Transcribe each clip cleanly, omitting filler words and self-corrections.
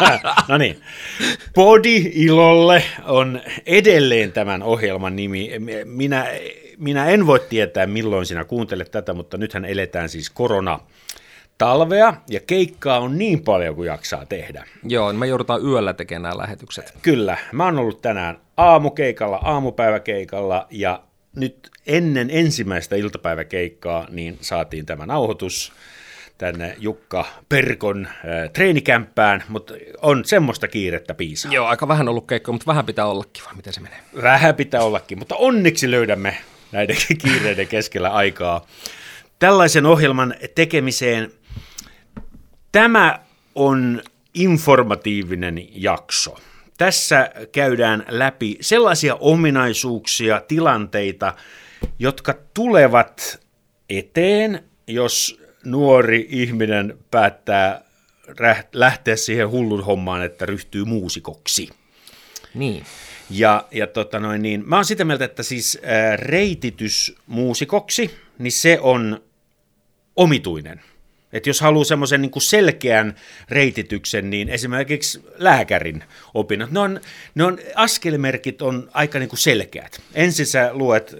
No niin. Podi ilolle on edelleen tämän ohjelman nimi. Minä en voi tietää, milloin sinä kuuntelet tätä, mutta nythän eletään siis koronatalvea, ja keikkaa on niin paljon kuin jaksaa tehdä. Joo, me joudutaan yöllä tekemään nämä lähetykset. Kyllä. Mä oon ollut tänään aamukeikalla, aamupäiväkeikalla, ja nyt ennen ensimmäistä iltapäiväkeikkaa niin saatiin tämä nauhoitus tänne Jukka Perkon treenikämppään, mutta on semmoista kiirettä piisaa. Joo, aika vähän ollut keikkoa, mutta vähän pitää ollakin, vai miten se menee? Vähän pitää ollakin, mutta onneksi löydämme näiden kiireiden keskellä aikaa tällaisen ohjelman tekemiseen. Tämä on informatiivinen jakso. Tässä käydään läpi sellaisia ominaisuuksia, tilanteita, jotka tulevat eteen, jos nuori ihminen päättää lähteä siihen hommaan, että ryhtyy muusikoksi. Niin. Mä oon sitä mieltä, että siis reititys muusikoksi, niin se on omituinen. Että jos haluaa semmoisen niin kuin selkeän reitityksen, niin esimerkiksi lääkärin opinnot, askelmerkit on aika niin kuin selkeät. Ensin sä luet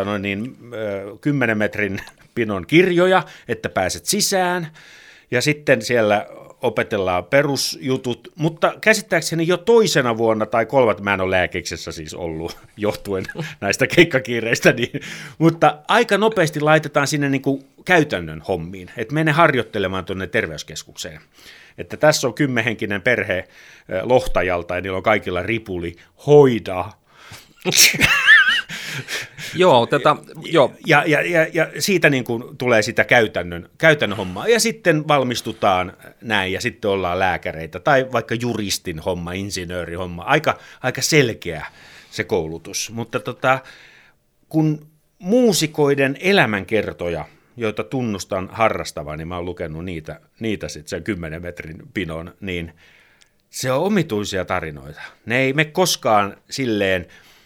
10 metrin pinon kirjoja, että pääset sisään, ja sitten siellä opetellaan perusjutut, mutta käsittääkseni jo toisena vuonna tai kolmat, mä en ole lääkiksessä siis ollut johtuen näistä keikkakiireistä, mutta aika nopeasti laitetaan sinne niin kuin käytännön hommiin, että mene harjoittelemaan tuonne terveyskeskukseen. Että tässä on 10-henkinen perhe Lohtajalta ja niillä on kaikilla ripuli, hoida. Joo, joo. Ja siitä niin kuin tulee sitä käytännön hommaa. Ja sitten valmistutaan näin, ja sitten ollaan lääkäreitä, tai vaikka juristin homma, insinöörihomma. Aika selkeä se koulutus. Mutta kun muusikoiden elämänkertoja, joita tunnustan harrastavani, niin mä oon lukenut niitä sitten sen 10 metrin pinon, niin se on omituisia tarinoita. Ne ei mene koskaan silleen,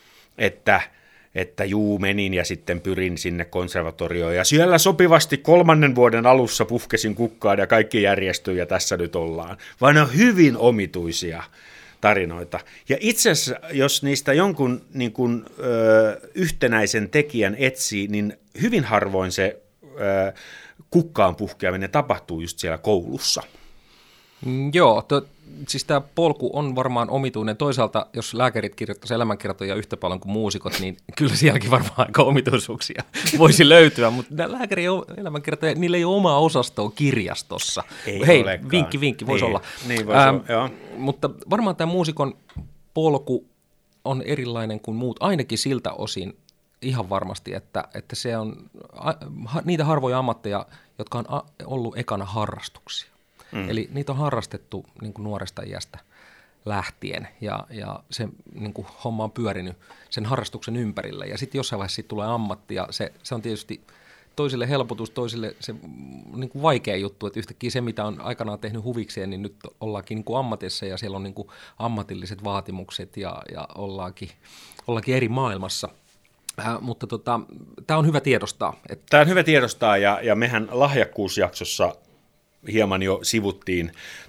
että menin ja sitten pyrin sinne konservatorioon ja siellä sopivasti 3. vuoden alussa puhkesin kukkaan ja kaikki järjestyi ja tässä nyt ollaan, vaan ne on hyvin omituisia tarinoita. Ja itse asiassa, jos niistä jonkun niin kuin, yhtenäisen tekijän etsii, niin hyvin harvoin se kukkaan puhkeaminen tapahtuu just siellä koulussa. Joo, siis tämä polku on varmaan omituinen. Toisaalta, jos lääkärit kirjoittaisivat elämänkertoja yhtä paljon kuin muusikot, niin kyllä sielläkin varmaan aika omituisuuksia voisi löytyä. Mutta lääkärin elämänkertoja, niillä ei ole omaa osastoa kirjastossa. Hei, vinkki, voisi olla. Niin voisi olla, joo. Mutta varmaan tämä muusikon polku on erilainen kuin muut, ainakin siltä osin ihan varmasti, että se on niitä harvoja ammatteja, jotka on ollut ekana harrastuksia. Eli niitä on harrastettu niin kuin nuoresta iästä lähtien, ja se niin kuin homma on pyörinyt sen harrastuksen ympärillä. Ja sitten jossain vaiheessa siitä tulee ammatti, ja se on tietysti toisille helpotus, toisille se niin kuin vaikea juttu, että yhtäkkiä se, mitä on aikanaan tehnyt huvikseen, niin nyt ollaankin niin kuin ammatissa, ja siellä on niin kuin ammatilliset vaatimukset, ja ollaankin eri maailmassa. Mutta tämä on hyvä tiedostaa. Tämä on hyvä tiedostaa, ja mehän lahjakkuusjaksossa hieman jo sivuttiin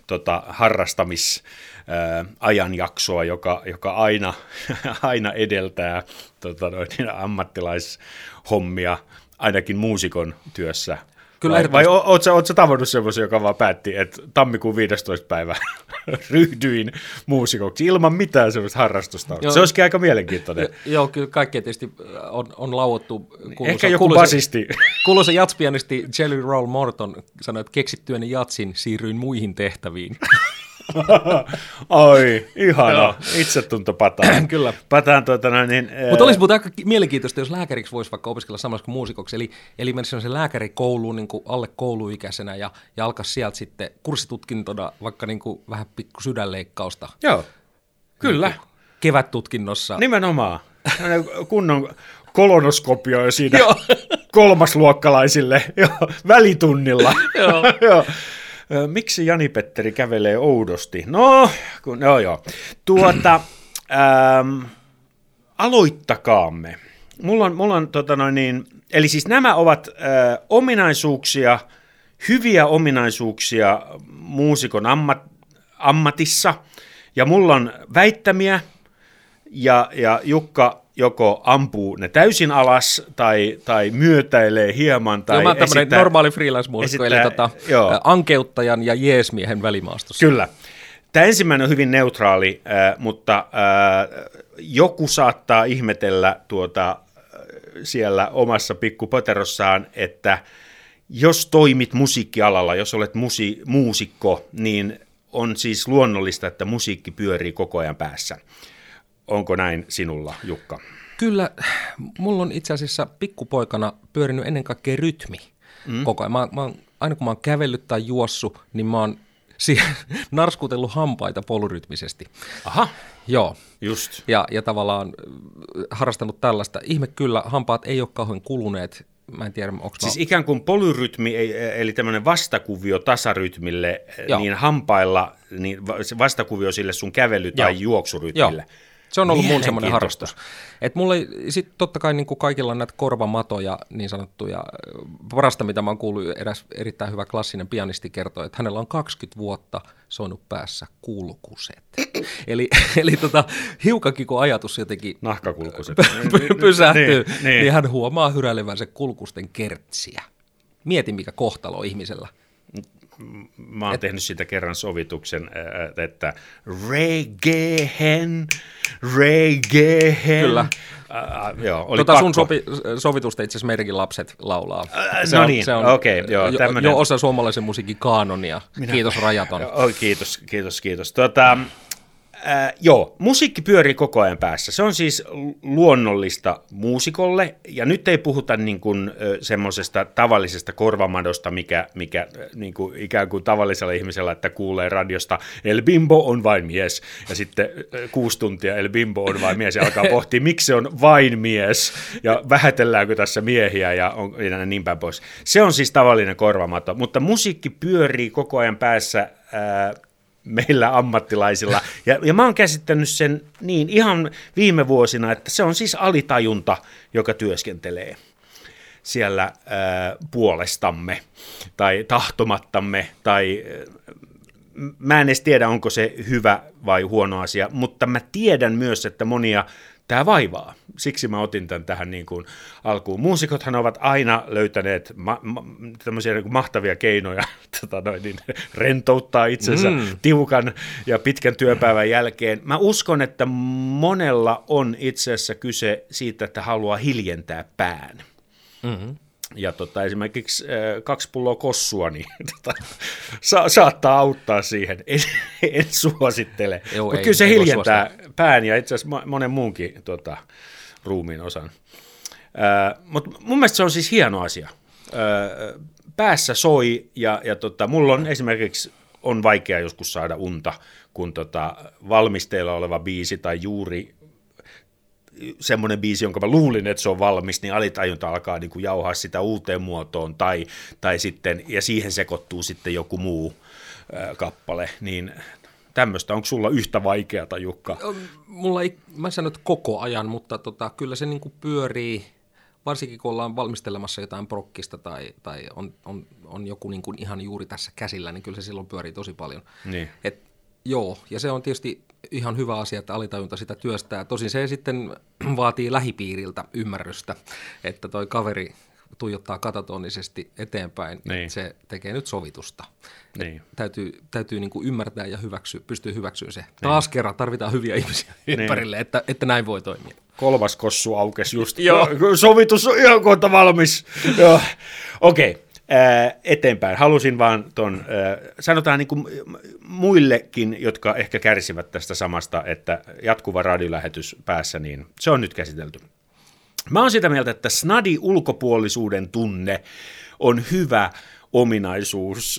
harrastamisajanjaksoa, joka aina edeltää ammattilaishommia, ainakin muusikon työssä. Kyllä, vai ootko tavannut semmoisen, joka vaan päätti, että tammikuun 15. päivä ryhdyin muusikoksi ilman mitään semmoista harrastusta? Se olisikin aika mielenkiintoinen. Joo, kyllä kaikkea tietysti on lauottu. Ehkä joku basisti. Kuuluisa jatspianisti Jelly Roll Morton sanoi, että keksittyäni jatsin, siirryin muihin tehtäviin. Oi, ihana. Itsetunto pataan. Kyllä. Mutta olisi muuten aika mielenkiintoista, jos lääkäriksi voisi vaikka opiskella samassa kuin muusikoksi. Eli mennä se lääkärikouluun niin kuin alle kouluikäisenä ja alkaa sieltä sitten kurssitutkintona vaikka niin kuin vähän pikku sydänleikkausta. Joo, kyllä. Niin kevättutkinnossa. Nimenomaan. Kunnon kolonoskopio jo siinä kolmasluokkalaisille välitunnilla. Joo. Miksi Jani-Petteri kävelee oudosti? No joo. Aloittakaamme. Mulla on eli siis nämä ovat ominaisuuksia, hyviä ominaisuuksia muusikon ammatissa, ja mulla on väittämiä, ja Jukka joko ampuu ne täysin alas, tai myötäilee hieman, tai mä oon tämmöinen normaali freelance-muusikko, eli ankeuttajan ja jeesmiehen välimaastossa. Kyllä. Tämä ensimmäinen on hyvin neutraali, mutta joku saattaa ihmetellä siellä omassa pikkupoterossaan, että jos toimit musiikkialalla, jos olet muusikko, niin on siis luonnollista, että musiikki pyörii koko ajan päässä. Onko näin sinulla, Jukka? Kyllä, mulla on itse asiassa pikkupoikana pyörinyt ennen kaikkea rytmi koko ajan. Aina kun mä oon kävellyt tai juossut, niin mä oon narskutellut hampaita polurytmisesti. Aha. Joo. Just. Ja tavallaan harrastanut tällaista. Ihme kyllä, hampaat ei ole kauhean kuluneet. Mä en tiedä, onko siis ikään kuin polyrytmi, eli tämmöinen vastakuvio tasarytmille, niin hampailla niin vastakuvio sille sun kävely- tai juoksurytmille. Joo. Se on ollut mun semmoinen harrastus. Että mulla ei sitten totta kai niin kuin kaikilla on näitä korvamatoja niin sanottuja. Parasta, mitä mä oon kuullut, eräs erittäin hyvä klassinen pianisti kertoi, että hänellä on 20 vuotta soinut päässä kulkuset. eli hiukankin kun ajatus jotenkin nahkakulkuset pysähtyy, niin hän huomaa hyräilevänsä kulkusten kertsiä. Mieti, mikä kohtalo ihmisellä. Mä oon tehnyt siitä kerran sovituksen, että reggaehen. Kyllä. Joo, oli sun sovitusta itse asiassa meidänkin lapset laulaa. Se on okei. Jo osa suomalaisen musiikin kaanonia. Kiitos rajaton. Kiitos. Joo, musiikki pyörii koko ajan päässä. Se on siis luonnollista muusikolle, ja nyt ei puhuta niin kuin semmoisesta tavallisesta korvamadosta, mikä niin kuin ikään kuin tavallisella ihmisellä, että kuulee radiosta El Bimbo on vain mies, ja sitten 6 tuntia El Bimbo on vain mies, ja alkaa pohtia, miksi se on vain mies, ja vähätelläänkö tässä miehiä, ja niin päin pois. Se on siis tavallinen korvamato, mutta musiikki pyörii koko ajan päässä meillä ammattilaisilla. Ja mä oon käsittänyt sen niin ihan viime vuosina, että se on siis alitajunta, joka työskentelee siellä puolestamme tai tahtomattamme. Tai mä en edes tiedä, onko se hyvä vai huono asia, mutta mä tiedän myös, että monia tämä vaivaa. Siksi mä otin tämän tähän niin kuin alkuun. Muusikothan ovat aina löytäneet tämmöisiä niin kuin mahtavia keinoja rentouttaa itsensä tiukan ja pitkän työpäivän jälkeen. Mä uskon, että monella on itse asiassa kyse siitä, että haluaa hiljentää pään. Mm-hmm. Ja esimerkiksi 2 pulloa kossua niin, saattaa auttaa siihen. En suosittele. Mutta kyllä se hiljentää pään ja itse asiassa monen muunkin ruumiin osan. Mutta mun mielestä se on siis hieno asia. Päässä soi ja mulla on esimerkiksi on vaikea joskus saada unta, kun valmisteilla oleva biisi tai juuri semmoinen biisi, jonka mä luulin, että se on valmis, niin alitajunta alkaa niin kuin jauhaa sitä uuteen muotoon, tai sitten, ja siihen sekoittuu sitten joku muu kappale, niin tämmöistä. Onko sulla yhtä vaikeata, Jukka? Mulla ei, mä sanon, että koko ajan, mutta kyllä se niin kuin pyörii, varsinkin kun ollaan valmistelemassa jotain prokkista, tai on joku niin kuin ihan juuri tässä käsillä, niin kyllä se silloin pyörii tosi paljon. Niin. Joo, ja se on tietysti ihan hyvä asia, että alitajunta sitä työstää. Tosin se sitten vaatii lähipiiriltä ymmärrystä, että toi kaveri tuijottaa katatonisesti eteenpäin, niin se tekee nyt sovitusta. Niin. Täytyy niin kuin ymmärtää ja pystyy hyväksyä se. Niin. Taas kerran tarvitaan hyviä ihmisiä ympärille, että näin voi toimia. 3. kossu aukesi just. Sovitus on ihan kohta valmis. Okei. Eteenpäin. Halusin vaan sanotaan niin kuin muillekin, jotka ehkä kärsivät tästä samasta, että jatkuva radiolähetys päässä, niin se on nyt käsitelty. Mä oon sitä mieltä, että snadi ulkopuolisuuden tunne on hyvä ominaisuus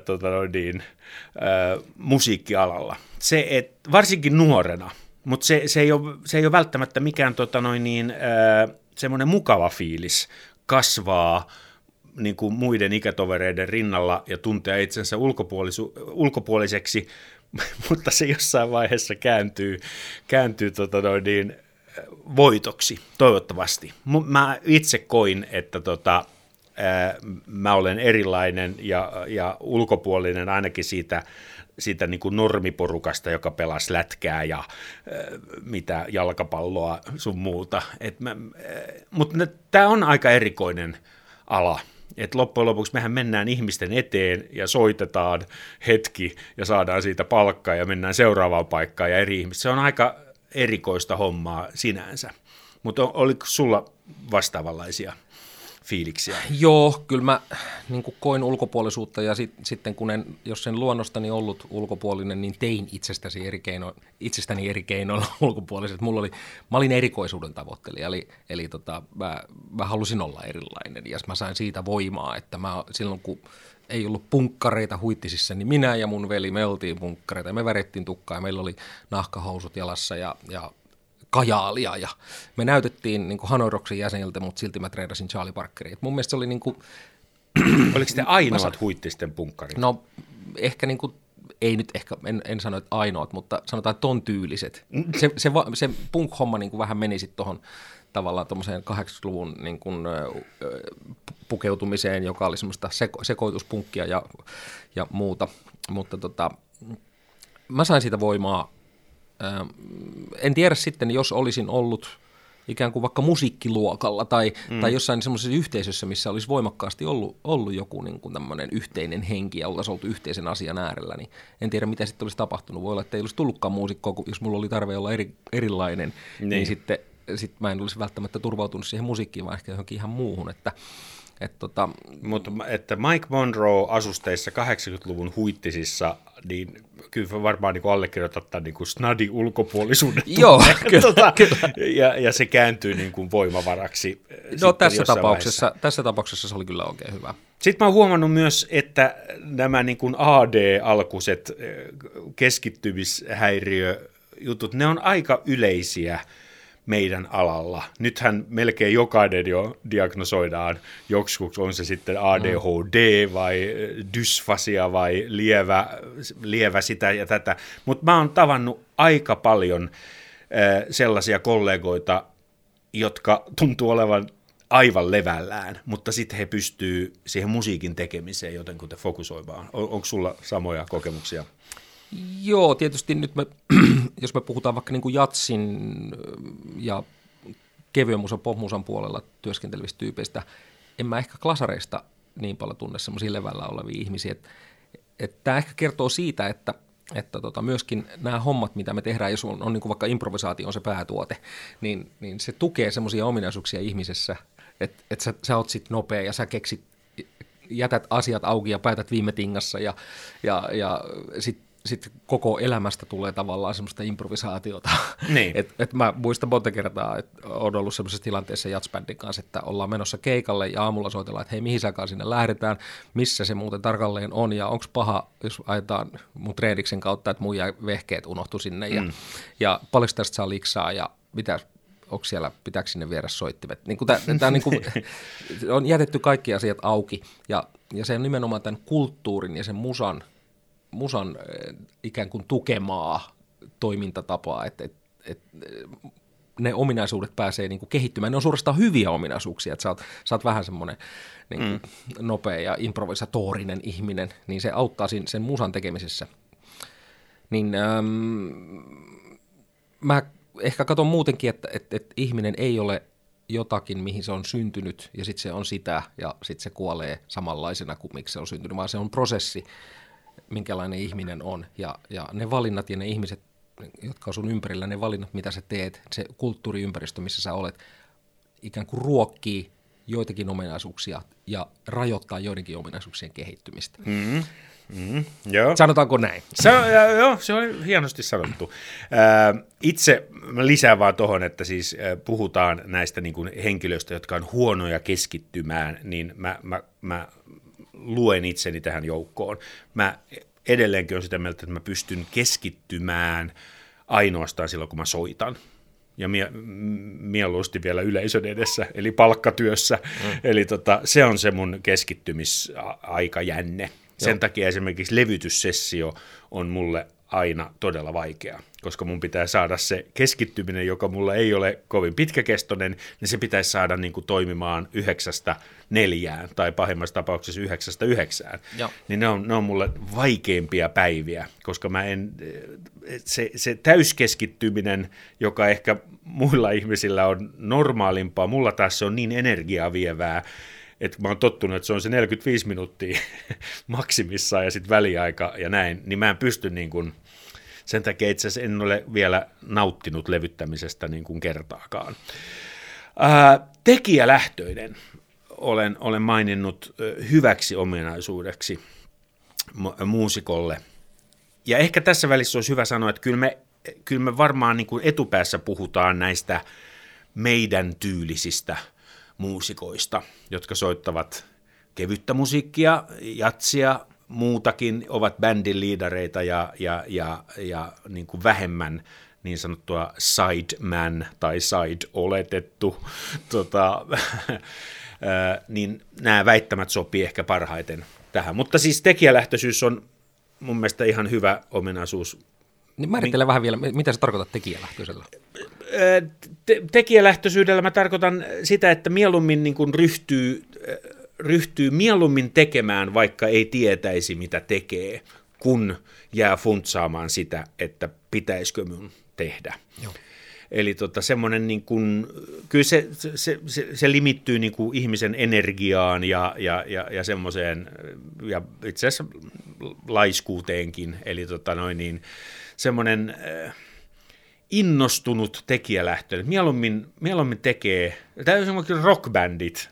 musiikkialalla. Se, varsinkin nuorena, mutta se ei ole välttämättä mikään semmoinen mukava fiilis kasvaa niin kuin muiden ikätovereiden rinnalla ja tuntea itsensä ulkopuoliseksi, mutta se jossain vaiheessa kääntyy voitoksi, toivottavasti. Mä itse koin, että mä olen erilainen ja ulkopuolinen ainakin siitä niin kuin normiporukasta, joka pelasi lätkää mitä jalkapalloa sun muuta. Mutta tämä on aika erikoinen ala. Et loppujen lopuksi mehän mennään ihmisten eteen ja soitetaan hetki ja saadaan siitä palkkaa ja mennään seuraavaan paikkaan ja eri ihmiset. Se on aika erikoista hommaa sinänsä. Mutta oliko sulla vastaavanlaisia fiiliksiä? Joo, kyllä mä niin kuin koin ulkopuolisuutta ja sitten kun jos en luonnostani ollut ulkopuolinen, niin tein itsestäni eri keinoilla ulkopuoliset. Mä olin erikoisuuden tavoittelija, eli mä halusin olla erilainen ja mä sain siitä voimaa, että silloin kun ei ollut punkkareita Huittisissa, niin minä ja mun veli me oltiin punkkareita ja me värettiin tukkaa ja meillä oli nahkahousut jalassa ja kajaalia ja me näytettiin niin kuin Hanoi Rocksin jäseniltä, mutta silti mä treenasin Charlie Parkeria. mun mielestä se oli niin kuin... Oliko te ainoat Huittisten punkkarit? No ehkä niin kuin, ei nyt ehkä, en sano, että ainoat, mutta sanotaan ton tyyliset. Se punk-homma niin kuin vähän meni sitten tuohon tavallaan tuommoiseen 80-luvun niin kuin, pukeutumiseen, joka oli semmoista sekoituspunkkia ja muuta, mutta mä sain siitä voimaa. En tiedä sitten, jos olisin ollut ikään kuin vaikka musiikkiluokalla tai jossain semmoisessa yhteisössä, missä olisi voimakkaasti ollut joku niin kuin tämmöinen yhteinen henki ja oltaisiin oltu yhteisen asian äärellä, niin en tiedä, mitä sitten olisi tapahtunut. Voi olla, että ei olisi tullutkaan muusikkoa, jos mulla oli tarve olla erilainen, niin sitten mä en olisi välttämättä turvautunut siihen musiikkiin, vaan ehkä johonkin ihan muuhun, Mutta että Mike Monroe-asusteissa 80-luvun Huittisissa, niin kyllä varmaan niin allekirjoittaa niin snadi ulkopuolisuuden. Joo, kyllä. Ja se kääntyy niin kuin voimavaraksi. No tässä tapauksessa se oli kyllä oikein hyvä. Sitten mä oon huomannut myös, että nämä niin kuin AD-alkuiset keskittymishäiriöjutut, ne on aika yleisiä meidän alalla. Nythän melkein jokainen jo diagnosoidaan joksikuksi, on se sitten ADHD vai dysfasia vai lievä sitä ja tätä. Mutta mä oon tavannut aika paljon sellaisia kollegoita, jotka tuntuu olevan aivan levällään, mutta sitten he pystyy siihen musiikin tekemiseen jotenkuten fokusoimaan. Onko sulla samoja kokemuksia? Joo, tietysti nyt jos me puhutaan vaikka niin kuin jatsin ja kevyen musan, popmusan puolella työskentelevistä tyypeistä, en mä ehkä klasareista niin paljon tunne semmoisia levällä olevia ihmisiä. Tämä ehkä kertoo siitä, että myöskin nämä hommat, mitä me tehdään, jos on niin kuin vaikka improvisaatio on se päätuote, niin se tukee semmoisia ominaisuuksia ihmisessä, että sä oot sit nopea ja sä jätät asiat auki ja päätät viime tingassa ja sitten koko elämästä tulee tavallaan semmoista improvisaatiota. Niin. Et mä muistan monta kertaa, että olen ollut semmoisessa tilanteessa jatsbändin kanssa, että ollaan menossa keikalle ja aamulla soitellaan, että hei, mihin säkaan sinne lähdetään, missä se muuten tarkalleen on ja onko paha, jos ajetaan mun treeniksen kautta, että mun jää vehkeet unohtu sinne ja paljonko tästä saa liksaa ja onko siellä, pitääkö sinne viedä soittimet. Niin on jätetty kaikki asiat auki ja se on nimenomaan tämän kulttuurin ja sen musan ikään kuin tukemaa toimintatapaa, että ne ominaisuudet pääsee niin kuin kehittymään. Ne on suorastaan hyviä ominaisuuksia, että sä oot vähän semmoinen niin nopea ja improvisatorinen ihminen, niin se auttaa sen musan tekemisessä. Niin mä ehkä katson muutenkin, että ihminen ei ole jotakin, mihin se on syntynyt, ja sitten se on sitä, ja sitten se kuolee samanlaisena kuin miksi se on syntynyt, vaan se on prosessi, minkälainen ihminen on, ja ne valinnat ja ne ihmiset, jotka on sun ympärillä, ne valinnat, mitä sä teet, se kulttuuriympäristö, missä sä olet, ikään kuin ruokkii joitakin ominaisuuksia ja rajoittaa joidenkin ominaisuuksien kehittymistä. Joo. Sanotaanko näin? Se oli hienosti sanottu. Itse lisään vaan tuohon, että siis puhutaan näistä niin kuin henkilöistä, jotka on huonoja keskittymään, niin mä luen itseni tähän joukkoon. Mä edelleenkin olen sitä mieltä, että mä pystyn keskittymään ainoastaan silloin, kun mä soitan. Ja mieluusti vielä yleisön edessä, eli palkkatyössä. Eli se on se mun keskittymisaikajänne. Sen takia esimerkiksi levytyssessio on mulle aina todella vaikea, koska mun pitää saada se keskittyminen, joka mulla ei ole kovin pitkäkestoinen, niin se pitäisi saada niin kuin toimimaan 9-4 tai pahimmassa tapauksessa 9-9. Niin ne on mulle vaikeimpia päiviä, koska se täyskeskittyminen, joka ehkä muilla ihmisillä on normaalimpaa, mulla taas se on niin energiaa vievää, että mä oon tottunut, että se on se 45 minuuttia maksimissaan ja sitten väliaika ja näin, niin mä en pysty niin kuin, sen takia itse asiassa en ole vielä nauttinut levyttämisestä niin kuin kertaakaan. Tekijälähtöinen olen maininnut hyväksi ominaisuudeksi muusikolle. Ja ehkä tässä välissä olisi hyvä sanoa, että kyllä me varmaan niin kuin etupäässä puhutaan näistä meidän tyylisistä muusikoista, jotka soittavat kevyttä musiikkia, jatsia, muutakin, ovat bändin liidareita ja niin kuin vähemmän niin sanottua sideman tai side-oletettu, niin nämä väittämät sopii ehkä parhaiten tähän. Mutta siis tekijälähtöisyys on mun mielestä ihan hyvä ominaisuus. Niin määrittele vähän vielä, mitä sä tarkoitat tekijälähtöisellä? Tekijälähtöisyydellä mä tarkoitan sitä, että mieluummin niin kuin ryhtyy mieluummin tekemään, vaikka ei tietäisi, mitä tekee, kun jää funtsaamaan sitä, että pitäisikö mun tehdä. Joo. Eli semmoinen, niin kuin, kyllä se limittyy niin kuin ihmisen energiaan ja semmoiseen, ja itse asiassa laiskuuteenkin, eli semmoinen innostunut tekijälähtöinen, mieluummin tekee, esimerkiksi rockbändit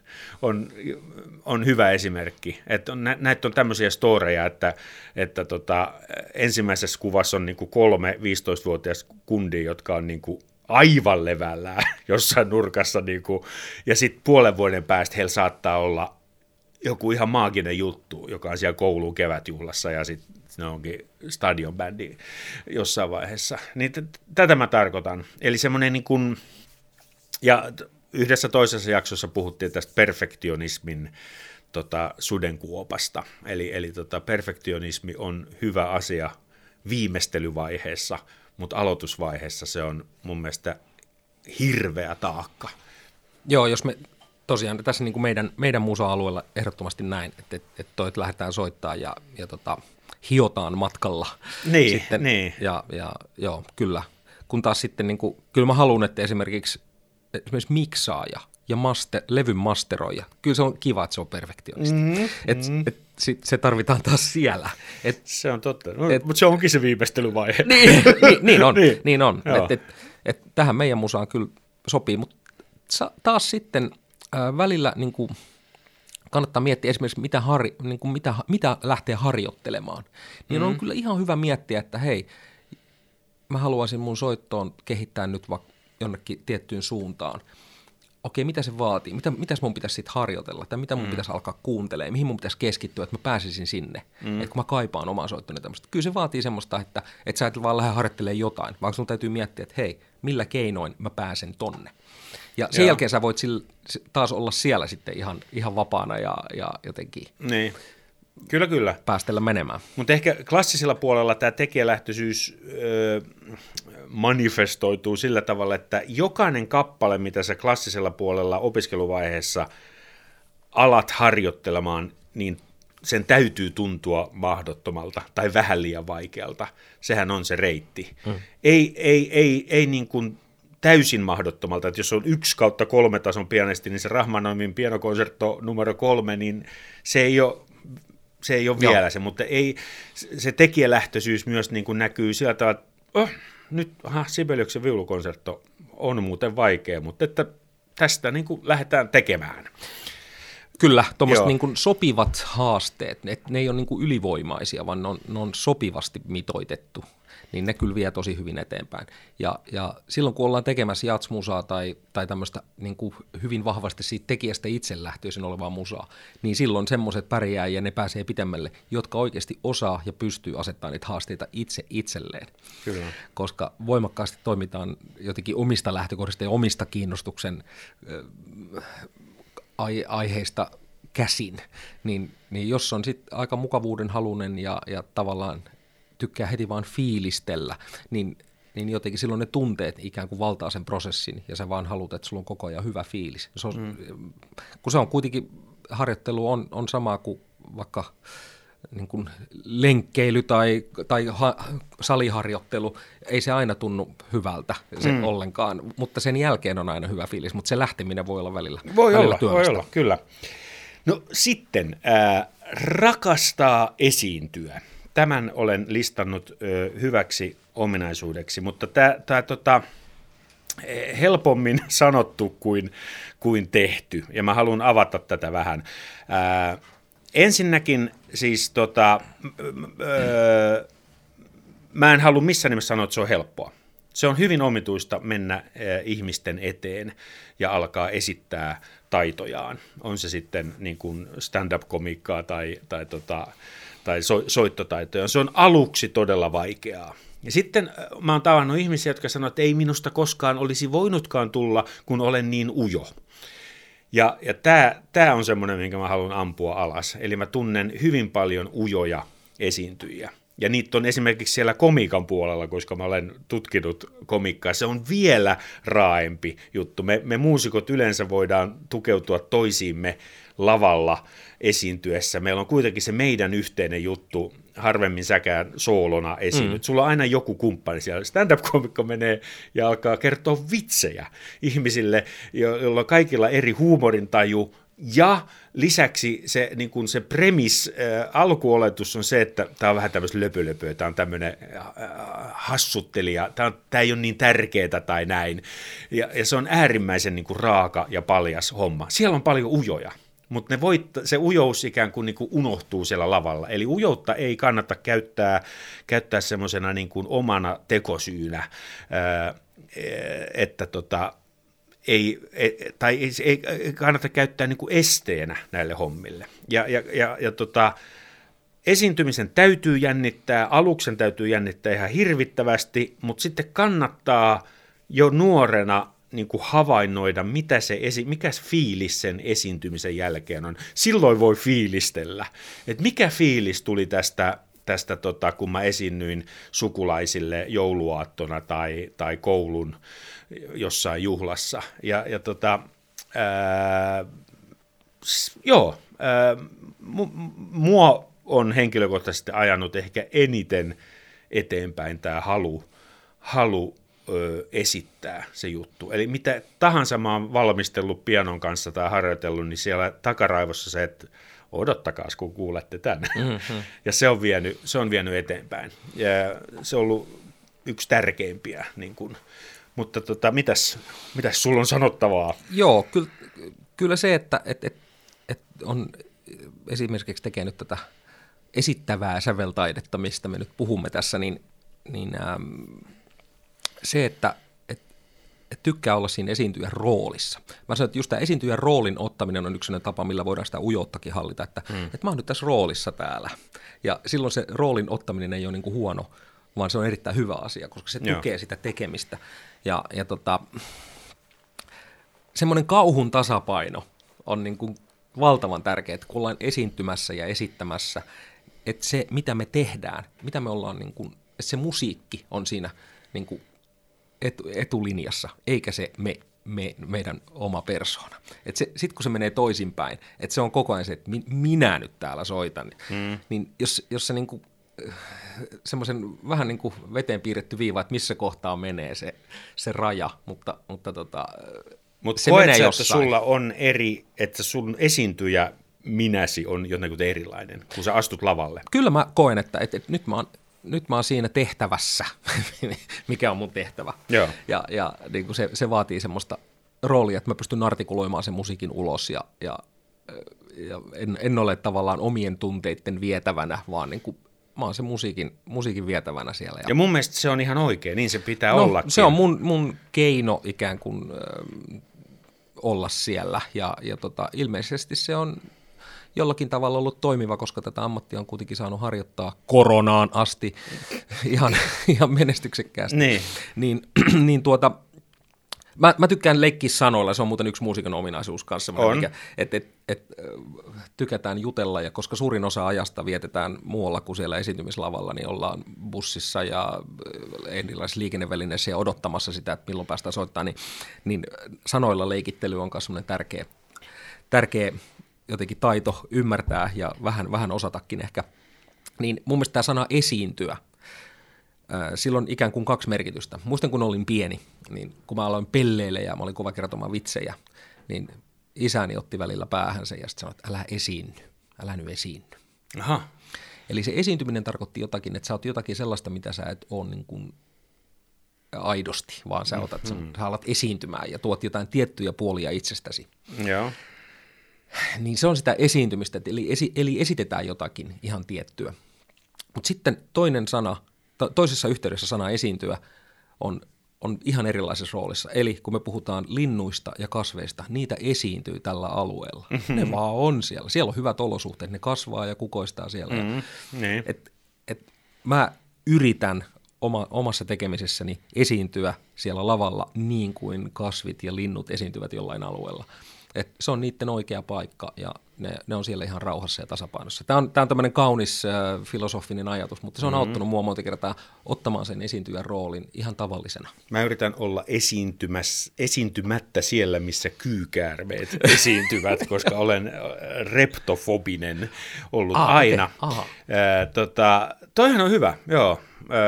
on hyvä esimerkki, että näitä on tämmöisiä storeja, että ensimmäisessä kuvassa on niinku 3 15-vuotias kundia, jotka on niinku aivan levällään jossain nurkassa, niinku, ja sitten puolen vuoden päästä heillä saattaa olla joku ihan maaginen juttu, joka on siellä kouluun kevätjuhlassa, ja sitten ne onkin stadionbändi jossain vaiheessa. Niin tätä mä tarkoitan. Eli semmoinen niin kuin, ja yhdessä toisessa jaksossa puhuttiin tästä perfektionismin sudenkuopasta. Eli perfektionismi on hyvä asia viimeistelyvaiheessa, mutta aloitusvaiheessa se on mun mielestä hirveä taakka. Joo, jos me tosiaan tässä niin kuin meidän musa-alueella ehdottomasti näin, että lähdetään soittaa ja hiotaan matkalla. Niin, sitten, niin. Ja joo, kyllä. Kun taas sitten, niin kuin, kyllä mä haluan, että esimerkiksi miksaaja ja levyn masteroija, kyllä se on kiva, että se on perfektionisti. Se tarvitaan taas siellä. Se on totta, mutta se onkin se viimeistelyvaihe. Niin on, niin on. Tähän meidän musaan kyllä sopii, mutta taas sitten välillä niin kuin kannattaa miettiä esimerkiksi, mitä lähtee harjoittelemaan. Niin on kyllä ihan hyvä miettiä, että hei, mä haluaisin mun soittoon kehittää nyt vaikka jonnekin tiettyyn suuntaan. Okei, mitä se vaatii? Mitäs mun pitäisi sitten harjoitella? Tai mitä mun pitäisi alkaa kuuntelemaan? Mihin mun pitäisi keskittyä, että mä pääsisin sinne? Että kun mä kaipaan omaa soittoni tämmöistä. Kyllä se vaatii semmoista, että sä et vaan lähde harjoittelemaan jotain, vaan sun täytyy miettiä, että hei, millä keinoin mä pääsen tonne? Ja sen jälkeen sä voit taas olla siellä sitten ihan vapaana ja jotenkin niin. Kyllä. Päästellä menemään. Mutta ehkä klassisella puolella tämä tekijälähtöisyys manifestoituu sillä tavalla, että jokainen kappale, mitä sä klassisella puolella opiskeluvaiheessa alat harjoittelemaan, niin sen täytyy tuntua mahdottomalta tai vähän liian vaikealta. Sehän on se reitti. Ei niin kuin täysin mahdottomalta, että jos on 1/3 tason pianisti, niin se Rachmaninoffin pianokonsertto numero 3, niin se ei ole vielä se, mutta se tekijälähtöisyys myös niin kuin näkyy sillä tavalla, että nyt Sibeliuksen viulukonsertto on muuten vaikea, mutta että tästä niin kuin lähdetään tekemään. Kyllä, tuommoiset niin kuin sopivat haasteet, ne ei ole niin kuin ylivoimaisia, vaan ne on sopivasti mitoitettu, niin ne kyllä vie tosi hyvin eteenpäin. Ja silloin, kun ollaan tekemässä jatsmusaa tai tämmöistä niin kuin hyvin vahvasti siitä tekijästä itse lähtöisin olevaa musaa, niin silloin semmoiset pärjää ja ne pääsee pitemmälle, jotka oikeasti osaa ja pystyy asettamaan niitä haasteita itselleen. Kyllä. Koska voimakkaasti toimitaan jotenkin omista lähtökohdista ja omista kiinnostuksen aiheista käsin, niin jos on sitten aika mukavuuden halunen ja tavallaan tykkää heti vaan fiilistellä, niin jotenkin silloin ne tunteet ikään kuin valtaa sen prosessin, ja sä vaan haluat, että sulla on koko ajan hyvä fiilis. Kun se on kuitenkin, harjoittelu on sama kuin vaikka niin kuin lenkkeily tai saliharjoittelu, ei se aina tunnu hyvältä ollenkaan, mutta sen jälkeen on aina hyvä fiilis, mutta se lähteminen voi olla välillä Voi olla, kyllä. No sitten, rakastaa esiintyä. Tämän olen listannut hyväksi ominaisuudeksi, mutta tämä helpommin sanottu kuin tehty, ja mä haluan avata tätä vähän. Ensinnäkin siis mä en halua missään nimessä sanoa, että se on helppoa. Se on hyvin omituista mennä ihmisten eteen ja alkaa esittää taitojaan. On se sitten niin kuin stand-up-komiikkaa tai soittotaitoja. Se on aluksi todella vaikeaa. Ja sitten mä oon tavannut ihmisiä, jotka sanoo, että ei minusta koskaan olisi voinutkaan tulla, kun olen niin ujo. Ja tämä on semmoinen, minkä mä haluan ampua alas. Eli mä tunnen hyvin paljon ujoja esiintyjiä. Ja niitä on esimerkiksi siellä komiikan puolella, koska mä olen tutkinut komiikkaa. Se on vielä raaempi juttu. Me muusikot yleensä voidaan tukeutua toisiimme lavalla esiintyessä. Meillä on kuitenkin se meidän yhteinen juttu, harvemmin säkään soolona esiinnyt. Sulla on aina joku kumppani siellä. Stand-up-komikko menee ja alkaa kertoa vitsejä ihmisille, joilla on kaikilla eri huumorintaju. Ja lisäksi se, niin kuin se premis, alkuoletus on se, että tämä on vähän tämmöistä löpölöpöä, tämä on tämmöinen hassuttelija, tämä ei ole niin tärkeää tai näin. Ja se on äärimmäisen niin kuin raaka ja paljas homma. Siellä on paljon ujoja, mutta se ujous ikään kuin, unohtuu siellä lavalla. Eli ujoutta ei kannata käyttää semmoisena niin kuin omana tekosyynä, että ei kannata käyttää niin kuin esteenä näille hommille. Ja esiintymisen täytyy jännittää, aluksen täytyy jännittää ihan hirvittävästi, mutta sitten kannattaa jo nuorena niin kuin havainnoida, mikä fiilis sen esiintymisen jälkeen on. Silloin voi fiilistellä, että mikä fiilis tuli tästä kun mä esiinnyin sukulaisille jouluaattona tai koulun jossain juhlassa. Mua on henkilökohtaisesti ajanut ehkä eniten eteenpäin tämä halu esittää se juttu. Eli mitä tahansa mä oon valmistellut pianon kanssa tai harjoitellut, niin siellä takaraivossa se, että odottakaas, kun kuulette tämän. Mm-hmm. Ja se on vienyt eteenpäin. Ja se on ollut yksi tärkeimpiä. Niin kuin. Mutta mitäs sulla on sanottavaa? Joo, kyllä se, että on esimerkiksi tekee tätä esittävää säveltaidetta, mistä me nyt puhumme tässä, niin se, että tykkää olla siinä esiintyjän roolissa. Mä sanon, että just tämä esiintyjän roolin ottaminen on yksi tapa, millä voidaan sitä ujouttakin hallita, että mä oon nyt tässä roolissa täällä. Ja silloin se roolin ottaminen ei ole niin kuin huono, vaan se on erittäin hyvä asia, koska se tukee sitä tekemistä. Ja semmoinen kauhun tasapaino on niin kuin valtavan tärkeää, että kun ollaan esiintymässä ja esittämässä, että se, mitä me tehdään, mitä me ollaan, niin kuin, että se musiikki on siinä niin kuin etulinjassa, eikä se meidän oma persoona. Sitten kun se menee toisinpäin, että se on koko ajan se, että minä nyt täällä soitan, niin jos se niinku, semmoisen vähän niin kuin veteen piirretty viiva, että missä kohtaa menee se raja, mutta se koet menee sä, jossain. Että sulla on että sun esiintyjä minäsi on jotenkin erilainen, kun sä astut lavalle? Kyllä mä koen, että nyt mä oon siinä tehtävässä, mikä on mun tehtävä. Joo. Ja niin kuin se vaatii semmoista roolia, että mä pystyn artikuloimaan sen musiikin ulos ja en ole tavallaan omien tunteiden vietävänä, vaan niin kuin mä oon se musiikin vietävänä siellä. Ja mun mielestä se on ihan oikein, niin se pitää ollakin. Se on mun keino ikään kuin olla siellä ja ilmeisesti se on jollakin tavalla ollut toimiva, koska tätä ammattia on kuitenkin saanut harjoittaa koronaan asti ihan menestyksekkäästi. Niin. Niin Mä tykkään leikkiä sanoilla, se on muuten yksi muusikon ominaisuus kanssa, että tykätään jutella, ja koska suurin osa ajasta vietetään muualla kuin siellä esiintymislavalla, niin ollaan bussissa ja erilaisissa liikennevälineissä ja odottamassa sitä, että milloin päästään soittaa, niin sanoilla leikittely on myös semmoinen tärkeä jotenkin taito ymmärtää ja vähän osatakin ehkä. Niin mun mielestä tämä sana esiintyä, sillä on ikään kuin kaksi merkitystä. Muistan, kun olin pieni, niin kun mä aloin pelleille ja mä olin kova kertomaan vitsejä, niin isäni otti välillä päähänsä ja sitten sanoi, että älä nyt esiinny. Aha. Eli se esiintyminen tarkoitti jotakin, että sä oot jotakin sellaista, mitä sä et ole niin kuin aidosti, vaan sä alat esiintymään ja tuot jotain tiettyjä puolia itsestäsi. Joo. Niin se on sitä esiintymistä, eli esitetään jotakin ihan tiettyä. Mutta sitten toinen sana, toisessa yhteydessä sana esiintyä on ihan erilaisessa roolissa. Eli kun me puhutaan linnuista ja kasveista, niitä esiintyy tällä alueella. Ne vaan on siellä. Siellä on hyvät olosuhteet, ne kasvaa ja kukoistaa siellä. Niin. Mä yritän omassa tekemisessäni esiintyä siellä lavalla niin kuin kasvit ja linnut esiintyvät jollain alueella. Et se on niiden oikea paikka ja ne on siellä ihan rauhassa ja tasapainossa. Tämä on tämmöinen kaunis filosofinen ajatus, mutta se on auttanut mua monta kertaa ottamaan sen esiintyjän roolin ihan tavallisena. Mä yritän olla esiintymättä siellä, missä kyykäärmeet esiintyvät, koska olen reptofobinen ollut aina. Toihan on hyvä, joo.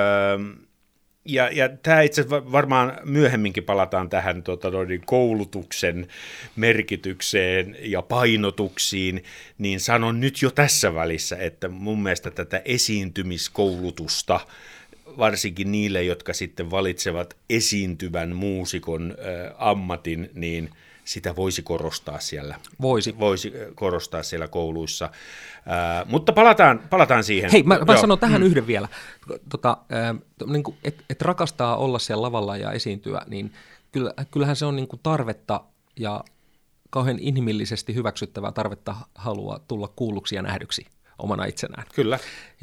Ja tämä itse asiassa varmaan myöhemminkin palataan tähän koulutuksen merkitykseen ja painotuksiin, niin sanon nyt jo tässä välissä, että mun mielestä tätä esiintymiskoulutusta, varsinkin niille, jotka sitten valitsevat esiintyvän muusikon ammatin, niin sitä voisi korostaa siellä. Voisi korostaa siellä kouluissa. Mutta palataan siihen. Hei, mä sanon tähän yhden vielä. Niin että rakastaa olla siellä lavalla ja esiintyä, niin kyllähän se on niin kuin tarvetta ja kauhean inhimillisesti hyväksyttävää tarvetta halua tulla kuulluksi ja nähdyksi omana itsenään. Kyllä.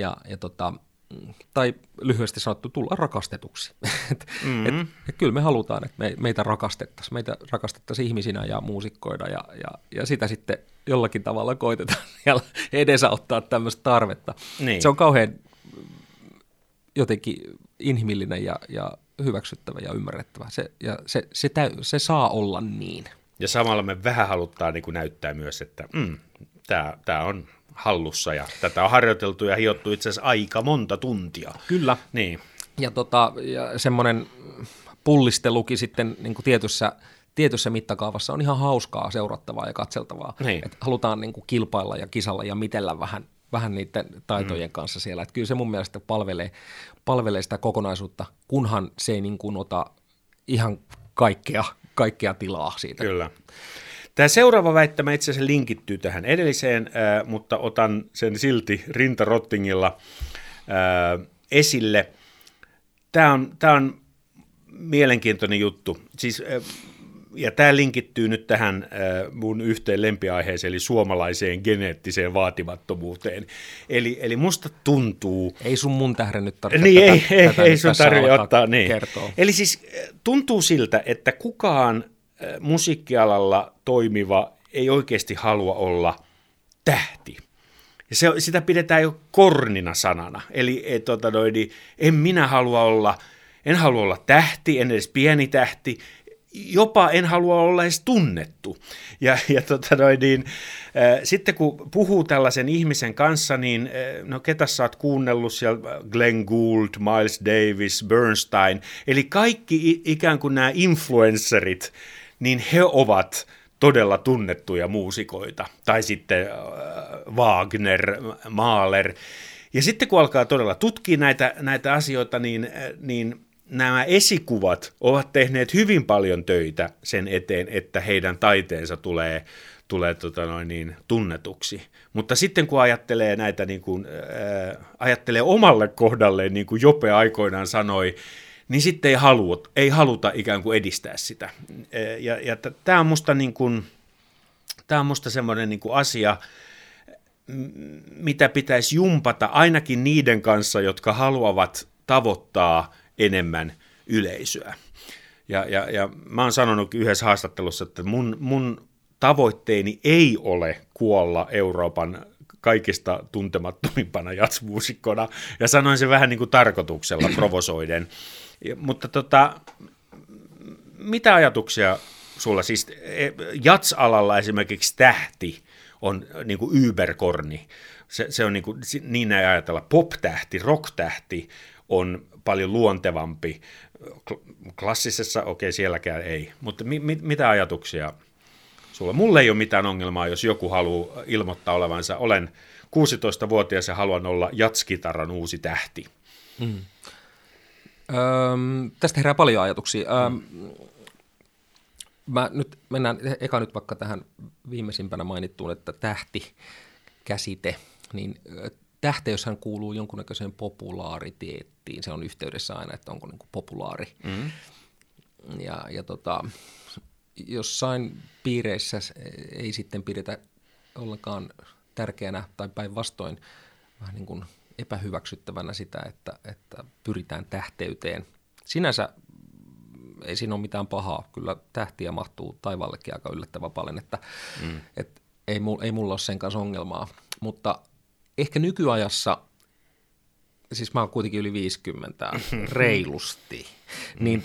Tai lyhyesti sanottu, tulla rakastetuksi. Et kyllä me halutaan, että meitä rakastettaisiin ihmisinä ja muusikkoina ja sitä sitten jollakin tavalla koitetaan ja edesauttaa tämmöistä tarvetta. Niin. Se on kauhean jotenkin inhimillinen ja hyväksyttävä ja ymmärrettävä. Se saa olla niin. Ja samalla me vähän halutaan niin kuin näyttää myös, että tämä on hallussa ja tätä on harjoiteltu ja hiottu itse asiassa aika monta tuntia. Kyllä. Niin. Ja semmoinen pullistelukin sitten niin kuin tietyssä mittakaavassa on ihan hauskaa seurattavaa ja katseltavaa. Niin. Et halutaan niin kuin kilpailla ja kisalla ja mitellä vähän niiden taitojen kanssa siellä. Et kyllä se mun mielestä palvelee sitä kokonaisuutta, kunhan se ei niin kuin ota ihan kaikkea tilaa siitä. Kyllä. Tämä seuraava väittämä itse asiassa linkittyy tähän edelliseen, mutta otan sen silti rintarottingilla esille. Tämä on mielenkiintoinen juttu. Ja tämä linkittyy nyt tähän mun yhteen lempiaiheeseen, eli suomalaiseen geneettiseen vaatimattomuuteen. Eli musta tuntuu... Ei sun mun tähden nyt tarvitse niin, ei sun tarvitse ottaa. Niin. Kertoa. Eli siis tuntuu siltä, että kukaan musiikkialalla toimiva ei oikeasti halua olla tähti. Ja sitä pidetään jo kornina sanana. Eli en halua olla tähti, en edes pieni tähti, jopa en halua olla edes tunnettu. Sitten kun puhuu tällaisen ihmisen kanssa, niin no ketä sä oot kuunnellut siellä, Glenn Gould, Miles Davis, Bernstein, eli kaikki ikään kuin nämä influencerit, niin he ovat todella tunnettuja muusikoita, tai sitten Wagner, Mahler. Ja sitten kun alkaa todella tutkia näitä asioita, niin nämä esikuvat ovat tehneet hyvin paljon töitä sen eteen, että heidän taiteensa tulee tunnetuksi. Mutta sitten kun ajattelee näitä, ajattelee omalle kohdalleen, niin kuin Jope aikoinaan sanoi, niin sitten ei haluta ikään kuin edistää sitä. Ja tämä on musta semmoinen niin kuin asia, mitä pitäisi jumpata ainakin niiden kanssa, jotka haluavat tavoittaa enemmän yleisöä. Ja mä oon sanonut yhdessä haastattelussa, että mun tavoitteeni ei ole kuolla Euroopan kaikista tuntemattomimpana jazzmuusikkona, ja sanoin sen vähän niin kuin tarkoituksella provosoiden. Mutta mitä ajatuksia sulla, siis jazz-alalla esimerkiksi tähti on niin kuin überkorni, se on niin ei ajatella, pop-tähti, rock-tähti on paljon luontevampi, klassisessa, okei, sielläkään ei, mutta mitä ajatuksia sulla? Mulle ei ole mitään ongelmaa, jos joku haluaa ilmoittaa olevansa, olen 16-vuotias ja haluan olla jatskitaran uusi tähti. Tästä herää paljon ajatuksia. Mä nyt mennään eka nyt vaikka tähän viimeisimpänä mainittuun, että tähti-käsite, niin tähteyshän kuuluu jonkunnäköiseen populaariteettiin. Se on yhteydessä aina, että onko niin kuin populaari. Ja jossain piireissä ei sitten pidetä ollenkaan tärkeänä tai päinvastoin vähän niin kuin epähyväksyttävänä sitä, että pyritään tähteyteen. Sinänsä ei siinä ole mitään pahaa. Kyllä tähtiä mahtuu taivaallekin aika yllättävän paljon, että ei mulla ole sen kanssa ongelmaa. Mutta ehkä nykyajassa, siis mä oon kuitenkin yli 50 reilusti, niin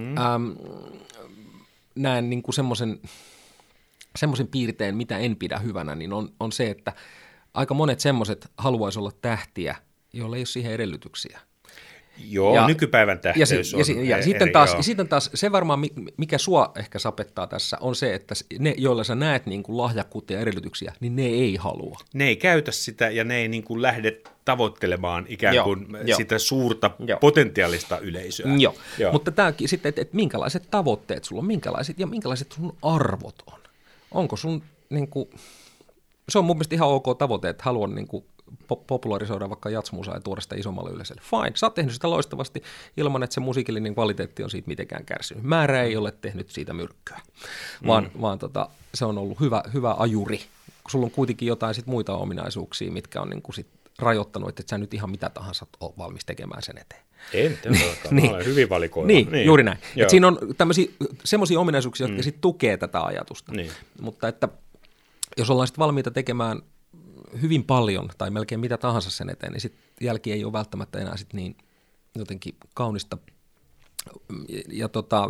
näen niin kuin semmoisen piirteen, mitä en pidä hyvänä, niin on se, että aika monet semmoiset haluaisi olla tähtiä, joilla ei ole siihen edellytyksiä. Joo, nykypäivän tähteys on. Sitten taas se varmaan, mikä sua ehkä sapettaa tässä, on se, että ne, joilla sä näet niin kuin lahjakkuutta ja edellytyksiä, niin ne ei halua. Ne ei käytä sitä ja ne ei niin kuin lähde tavoittelemaan ikään kuin sitä suurta potentiaalista yleisöä. Joo. Mutta tämäkin sitten, että minkälaiset tavoitteet sulla on, minkälaiset sun arvot on. Onko sun, niin kuin, se on mun mielestä ihan ok tavoite, että haluan niin kuin popularisoida vaikka jazzmusaa ja tuoda sitä isommalle yleisölle. Fine, sä oot tehnyt sitä loistavasti ilman, että se musiikillinen kvaliteetti on siitä mitenkään kärsinyt. Määrä ei ole tehnyt siitä myrkkyä, vaan se on ollut hyvä ajuri. Sulla on kuitenkin jotain sit muita ominaisuuksia, mitkä on niinku sit rajoittanut, että et sä nyt ihan mitä tahansa oot valmis tekemään sen eteen. En todellakaan, mä olen hyvin valikoiva. Niin, juuri näin. Et siinä on semmoisia ominaisuuksia, jotka sit tukee tätä ajatusta. Niin. Mutta että jos ollaan sit valmiita tekemään hyvin paljon tai melkein mitä tahansa sen eteen, niin sitten jälki ei ole välttämättä enää sit niin jotenkin kaunista. Ja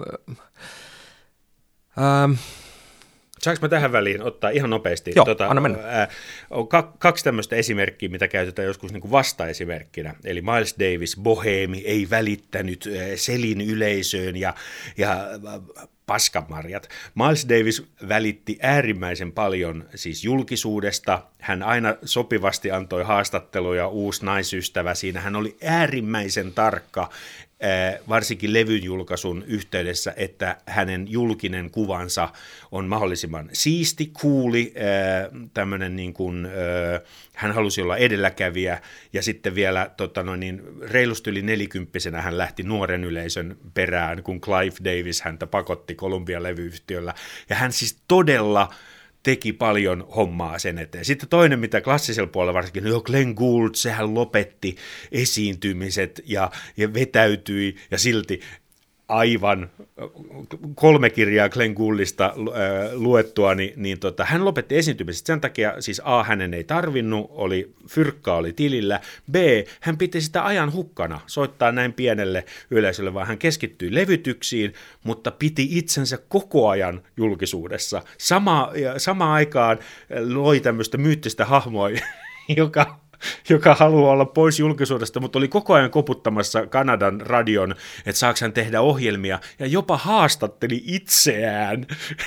saanko mä tähän väliin ottaa ihan nopeasti? Joo, anna mennä. On kaksi tämmöistä esimerkkiä, mitä käytetään joskus niin kuin vastaesimerkkinä. Eli Miles Davis, boheemi, ei välittänyt selin yleisöön ja paskamarjat. Miles Davis välitti äärimmäisen paljon siis julkisuudesta. Hän aina sopivasti antoi haastatteluja, uusi naisystävä siinä. Hän oli äärimmäisen tarkka, varsinkin levyn julkaisun yhteydessä, että hänen julkinen kuvansa on mahdollisimman siisti, cooli, tämmöinen niin kuin, hän halusi olla edelläkävijä, ja sitten vielä reilusti yli 40-vuotiaana hän lähti nuoren yleisön perään, kun Clive Davis häntä pakotti Columbia-levyyhtiöllä, ja hän siis todella teki paljon hommaa sen eteen. Sitten toinen, mitä klassisella puolella varsinkin, Glenn Gould, sehän lopetti esiintymiset ja vetäytyi, ja silti aivan 3 kirjaa Glenn Gouldista luettua, niin hän lopetti esiintymiset sen takia, siis A, hänen ei tarvinnut, fyrkka oli tilillä, B, hän piti sitä ajan hukkana soittaa näin pienelle yleisölle, vaan hän keskittyi levytyksiin, mutta piti itsensä koko ajan julkisuudessa. Samaan aikaan loi tämmöistä myyttistä hahmoa, joka haluaa olla pois julkisuudesta, mutta oli koko ajan koputtamassa Kanadan radion, että saako hän tehdä ohjelmia, ja jopa haastatteli itseään.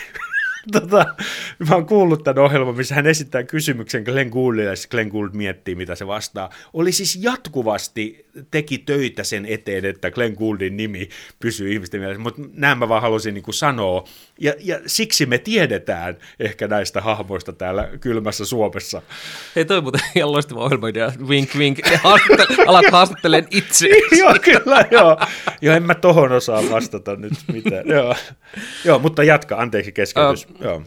Mä oon kuullut tämän ohjelman, missä hän esittää kysymyksen Glenn Gouldille, ja Glenn Gould miettii, mitä se vastaa. Oli siis jatkuvasti teki töitä sen eteen, että Glenn Gouldin nimi pysyy ihmisten mielessä, mutta näin mä vaan halusin niin kuin sanoa, ja siksi me tiedetään ehkä näistä hahmoista täällä kylmässä Suomessa. Hei, toi muuten ihan loistava ohjelma-idea, wink wink, alat haastattelemaan itse. Joo, kyllä, joo. En mä tohon osaa vastata nyt mitään. Joo, mutta jatka, anteeksi keskeytys. Joo.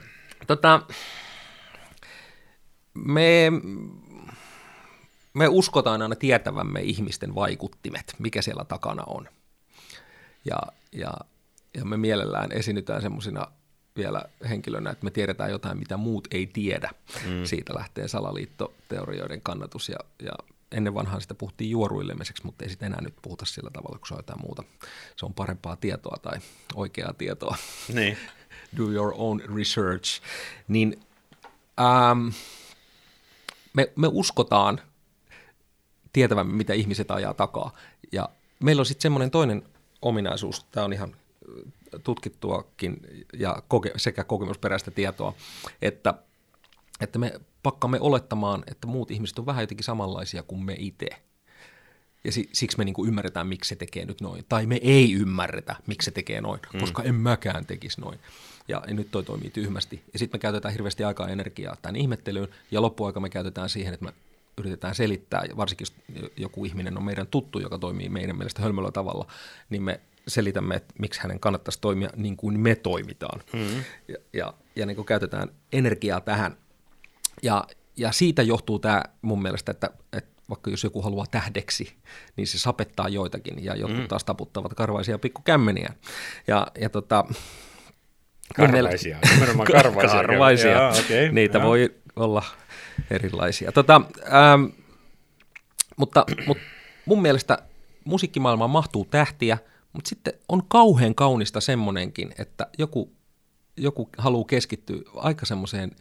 Me uskotaan aina tietävämme ihmisten vaikuttimet, mikä siellä takana on. Ja ja me mielellään esiinnytään semmoisina vielä henkilönä, että me tiedetään jotain, mitä muut ei tiedä. Siitä lähtee salaliittoteorioiden kannatus, ja ennen vanhaan sitä puhuttiin juoruilemiseksi, mutta ei sitä enää nyt puhuta sillä tavalla, kun se on jotain muuta. Se on parempaa tietoa tai oikeaa tietoa. Niin. Do your own research. Niin, me uskotaan tietävämme, mitä ihmiset ajaa takaa. Ja meillä on sitten semmoinen toinen ominaisuus, tämä on ihan tutkittuakin ja sekä kokemusperäistä tietoa, että me pakkamme olettamaan, että muut ihmiset on vähän jotenkin samanlaisia kuin me itse. Ja siksi me niinku ymmärretään, miksi se tekee nyt noin. Tai me ei ymmärretä, miksi se tekee noin, koska en mäkään tekisi noin. Ja nyt toi toimii tyhmästi. Ja sitten me käytetään hirveästi aikaa ja energiaa tämän ihmettelyyn, ja loppuaika me käytetään siihen, että me yritetään selittää, varsinkin jos joku ihminen on meidän tuttu, joka toimii meidän mielestä hölmöllä tavalla, niin me selitämme, että miksi hänen kannattaisi toimia niin kuin me toimitaan. Ja niin kuin käytetään energiaa tähän. Ja siitä johtuu tämä mun mielestä, että vaikka jos joku haluaa tähdeksi, niin se sapettaa joitakin, ja jotkut taas taputtavat karvaisia pikkukämmeniä. Karvaisia, nimenomaan karvaisia. Karvaisia, jaa, okay, niitä voi olla erilaisia. Mutta mun mielestä musiikkimaailmaan mahtuu tähtiä, mutta sitten on kauhean kaunista semmoinenkin, että joku haluaa keskittyä aika semmoiseen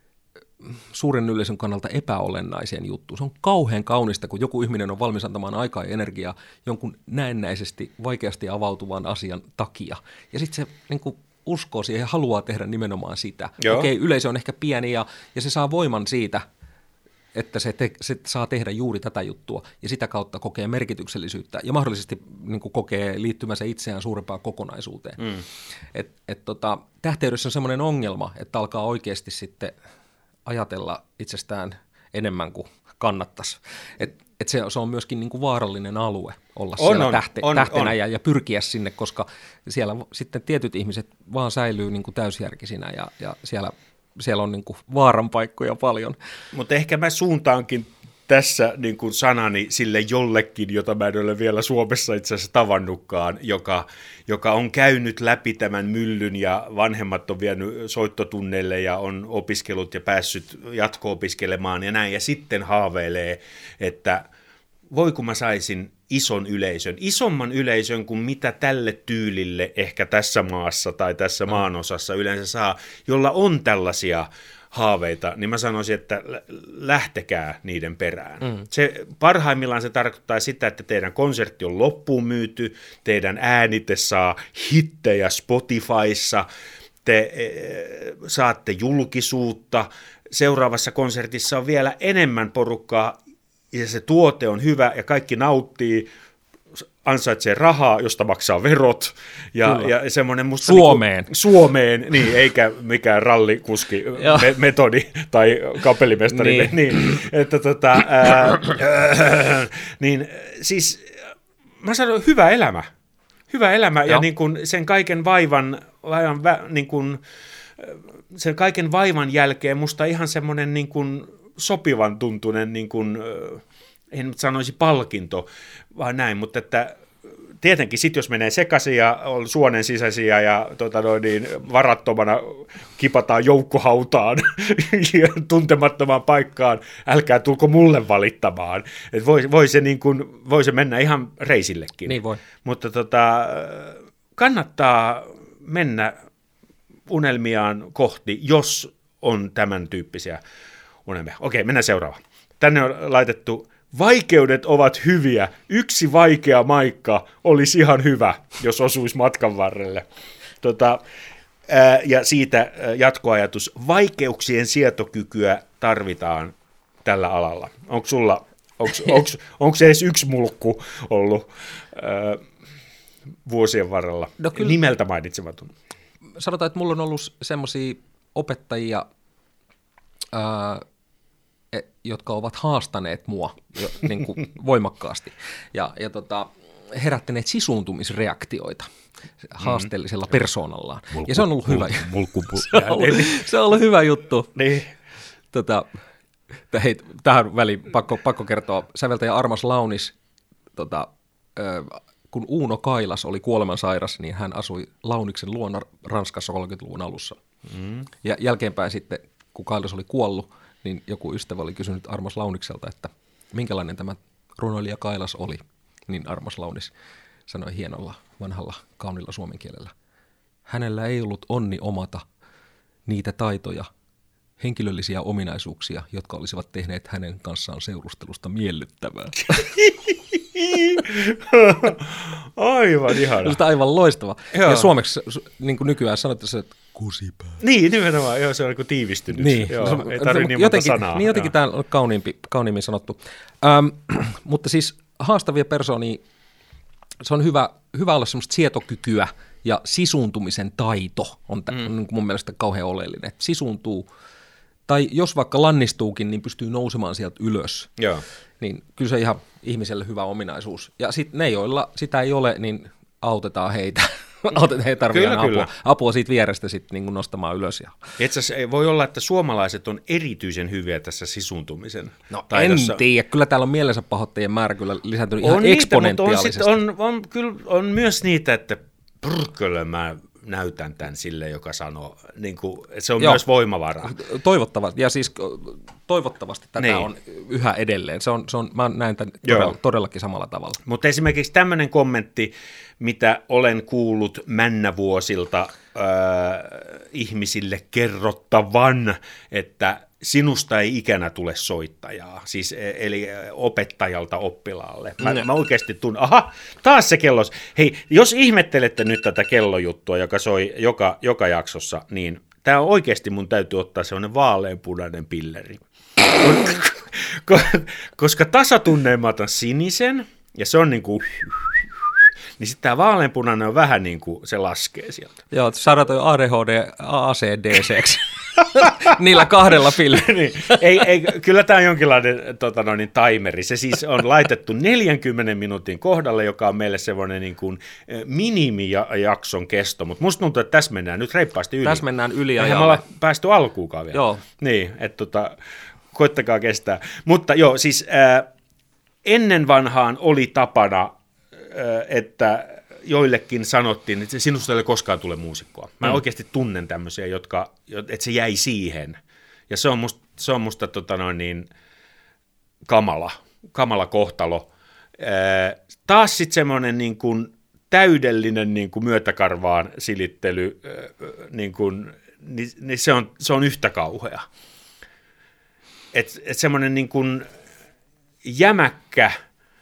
suuren yleisön kannalta epäolennaiseen juttuun. Se on kauhean kaunista, kun joku ihminen on valmis antamaan aikaa ja energiaa jonkun näennäisesti vaikeasti avautuvan asian takia. Ja sitten se niin kuin uskoo siihen ja haluaa tehdä nimenomaan sitä. Okei, yleisö on ehkä pieni ja se saa voiman siitä, että se saa tehdä juuri tätä juttua ja sitä kautta kokee merkityksellisyyttä ja mahdollisesti niin kuin kokee liittymänsä itseään suurempaan kokonaisuuteen. Tähteydessä on semmoinen ongelma, että alkaa oikeasti sitten ajatella itsestään enemmän kuin kannattaisi. Se on myöskin niin kuin vaarallinen alue olla siellä tähtenä ja pyrkiä sinne, koska siellä sitten tietyt ihmiset vaan säilyy niin kuin täysjärkisinä ja siellä on niin kuin vaaran paikkoja paljon. Mutta ehkä mä suuntaankin tässä niin kuin sanani sille jollekin, jota mä en ole vielä Suomessa itse asiassa tavannutkaan, joka on käynyt läpi tämän myllyn ja vanhemmat on vienyt soittotunneille ja on opiskellut ja päässyt jatko-opiskelemaan ja näin, ja sitten haaveilee, että voi kun mä saisin ison yleisön, isomman yleisön kuin mitä tälle tyylille ehkä tässä maassa tai tässä maanosassa yleensä saa, jolla on tällaisia haaveita, niin mä sanoisin, että lähtekää niiden perään. Parhaimmillaan se tarkoittaa sitä, että teidän konsertti on loppuun myyty, teidän äänite saa hittejä Spotifyssa, te saatte julkisuutta, seuraavassa konsertissa on vielä enemmän porukkaa, ja se tuote on hyvä, ja kaikki nauttii, ansaitsee rahaa, josta maksaa verot, ja semmoinen musta Suomeen, niin, eikä mikään rallikuski metodi tai kapellimestari, niin, että niin siis mä sanon, hyvä elämä, ja niin kuin sen kaiken vaivan niin kuin, sen kaiken vaivan jälkeen musta ihan semmoinen niin kuin sopivan tuntunen, niin kuin, en nyt sanoisi palkinto, vaan näin, mutta että tietenkin sitten, jos menee sekaisin ja on suonen sisäisiä ja varattomana kipataan joukkohautaan ja tuntemattomaan paikkaan, älkää tulko mulle valittamaan. Et voi se mennä ihan reisillekin. Niin voi. Mutta kannattaa mennä unelmiaan kohti, jos on tämän tyyppisiä unelmia. Okei, mennään seuraavaan. Tänne on laitettu: vaikeudet ovat hyviä. Yksi vaikea maikka olisi ihan hyvä, jos osuisi matkan varrelle. Ja siitä jatkoajatus: vaikeuksien sietokykyä tarvitaan tällä alalla. Onko se edes yksi mulkku ollut vuosien varrella? No kyllä, nimeltä mainitsematon. Sanotaan, että mulla on ollut semmoisia opettajia, jotka ovat haastaneet mua niin kuin voimakkaasti ja herättäneet sisuuntumisreaktioita haasteellisella persoonallaan. Ja se on ollut hyvä. Se on ollut hyvä juttu. Niin. Hei, tähän väliin pakko kertoa. Säveltäjä Armas Launis kun Uuno Kailas oli kuolemansairas, niin hän asui Launiksen luona Ranskassa 30-luvun alussa. Ja jälkeenpäin sitten, kun Kailas oli kuollut, niin joku ystävä oli kysynyt Armas Launikselta, että minkälainen tämä runoilija Kailas oli. Niin Armas Launis sanoi hienolla, vanhalla, kaunilla suomen kielellä. Hänellä ei ollut onni omata niitä taitoja, henkilöllisiä ominaisuuksia, jotka olisivat tehneet hänen kanssaan seurustelusta miellyttävää. Aivan ihana. Se on aivan loistava. Joo. Ja suomeksi, niin kuin nykyään sanotaan, että kusipää. Niin, nimenomaan. Joo, se on niin tiivistynyt. Niin. Joo, ei tarvitse niin monta sanaa. Niin jotenkin tämä on kauniimmin sanottu. Mutta siis haastavia persoonia, se on hyvä olla semmoista sietokykyä ja sisuuntumisen taito on mun mielestä kauhean oleellinen. Että sisuuntuu, tai jos vaikka lannistuukin, niin pystyy nousemaan sieltä ylös. Joo. Niin kyllä se ihan ihmiselle hyvä ominaisuus. Ja sitten ne, joilla sitä ei ole, niin autetaan heitä. He tarvitsevat apua siitä vierestä sitten niin nostamaan ylös. Itse asiassa voi olla, että suomalaiset on erityisen hyviä tässä sisuuntumisen taidossa. En tiedä. Kyllä täällä on mielensä pahoittajien määrä kyllä lisääntynyt ihan eksponentiaalisesti. On myös niitä, että pyrkölö mä näytän tämän sille, joka sanoo. Niin kuin, se on myös voimavara. Toivottavasti. Ja siis toivottavasti tätä on yhä edelleen. Mä näen tämän todellakin samalla tavalla. Mutta esimerkiksi tämmöinen kommentti, mitä olen kuullut männävuosilta ihmisille kerrottavan, että sinusta ei ikänä tule soittajaa, siis eli opettajalta oppilaalle. Mä oikeasti tunnen, taas se kello. Hei, jos ihmettelette nyt tätä kellojuttua, joka soi joka jaksossa, niin tämä on oikeasti mun täytyy ottaa sellainen vaaleanpunainen pilleri. Koska tasatunnein mä otan sinisen, ja se on niin kuin niin sitten tämä vaaleanpunainen on vähän niin kuin se laskee sieltä. Joo, saadaan toi ADHD ACDC:ksi. Niillä kahdella pillerillä. Ei, kyllä tämä on jonkinlainen timeri. Se siis on laitettu 40 minuutin kohdalle, joka on meille semmoinen niin kuin minimijakson kesto, mutta musta tuntuu, että tässä mennään nyt reippaasti yli. Tässä mennään yli ja me ollaan päästy alkuunkaan vielä. Joo. Niin, että koittakaa kestää. Mutta joo, siis ennen vanhaan oli tapana, että joillekin sanottiin, että sinusta ei koskaan tule muusikkoa. Mä oikeasti tunnen tämmöisiä, että se jäi siihen. Ja se on musta kamala kohtalo. Taas sitten semmoinen niin kuin täydellinen niin kuin myötäkarvaan silittely, niin se on yhtä kauhea. Et semmoinen niin kuin jämäkkä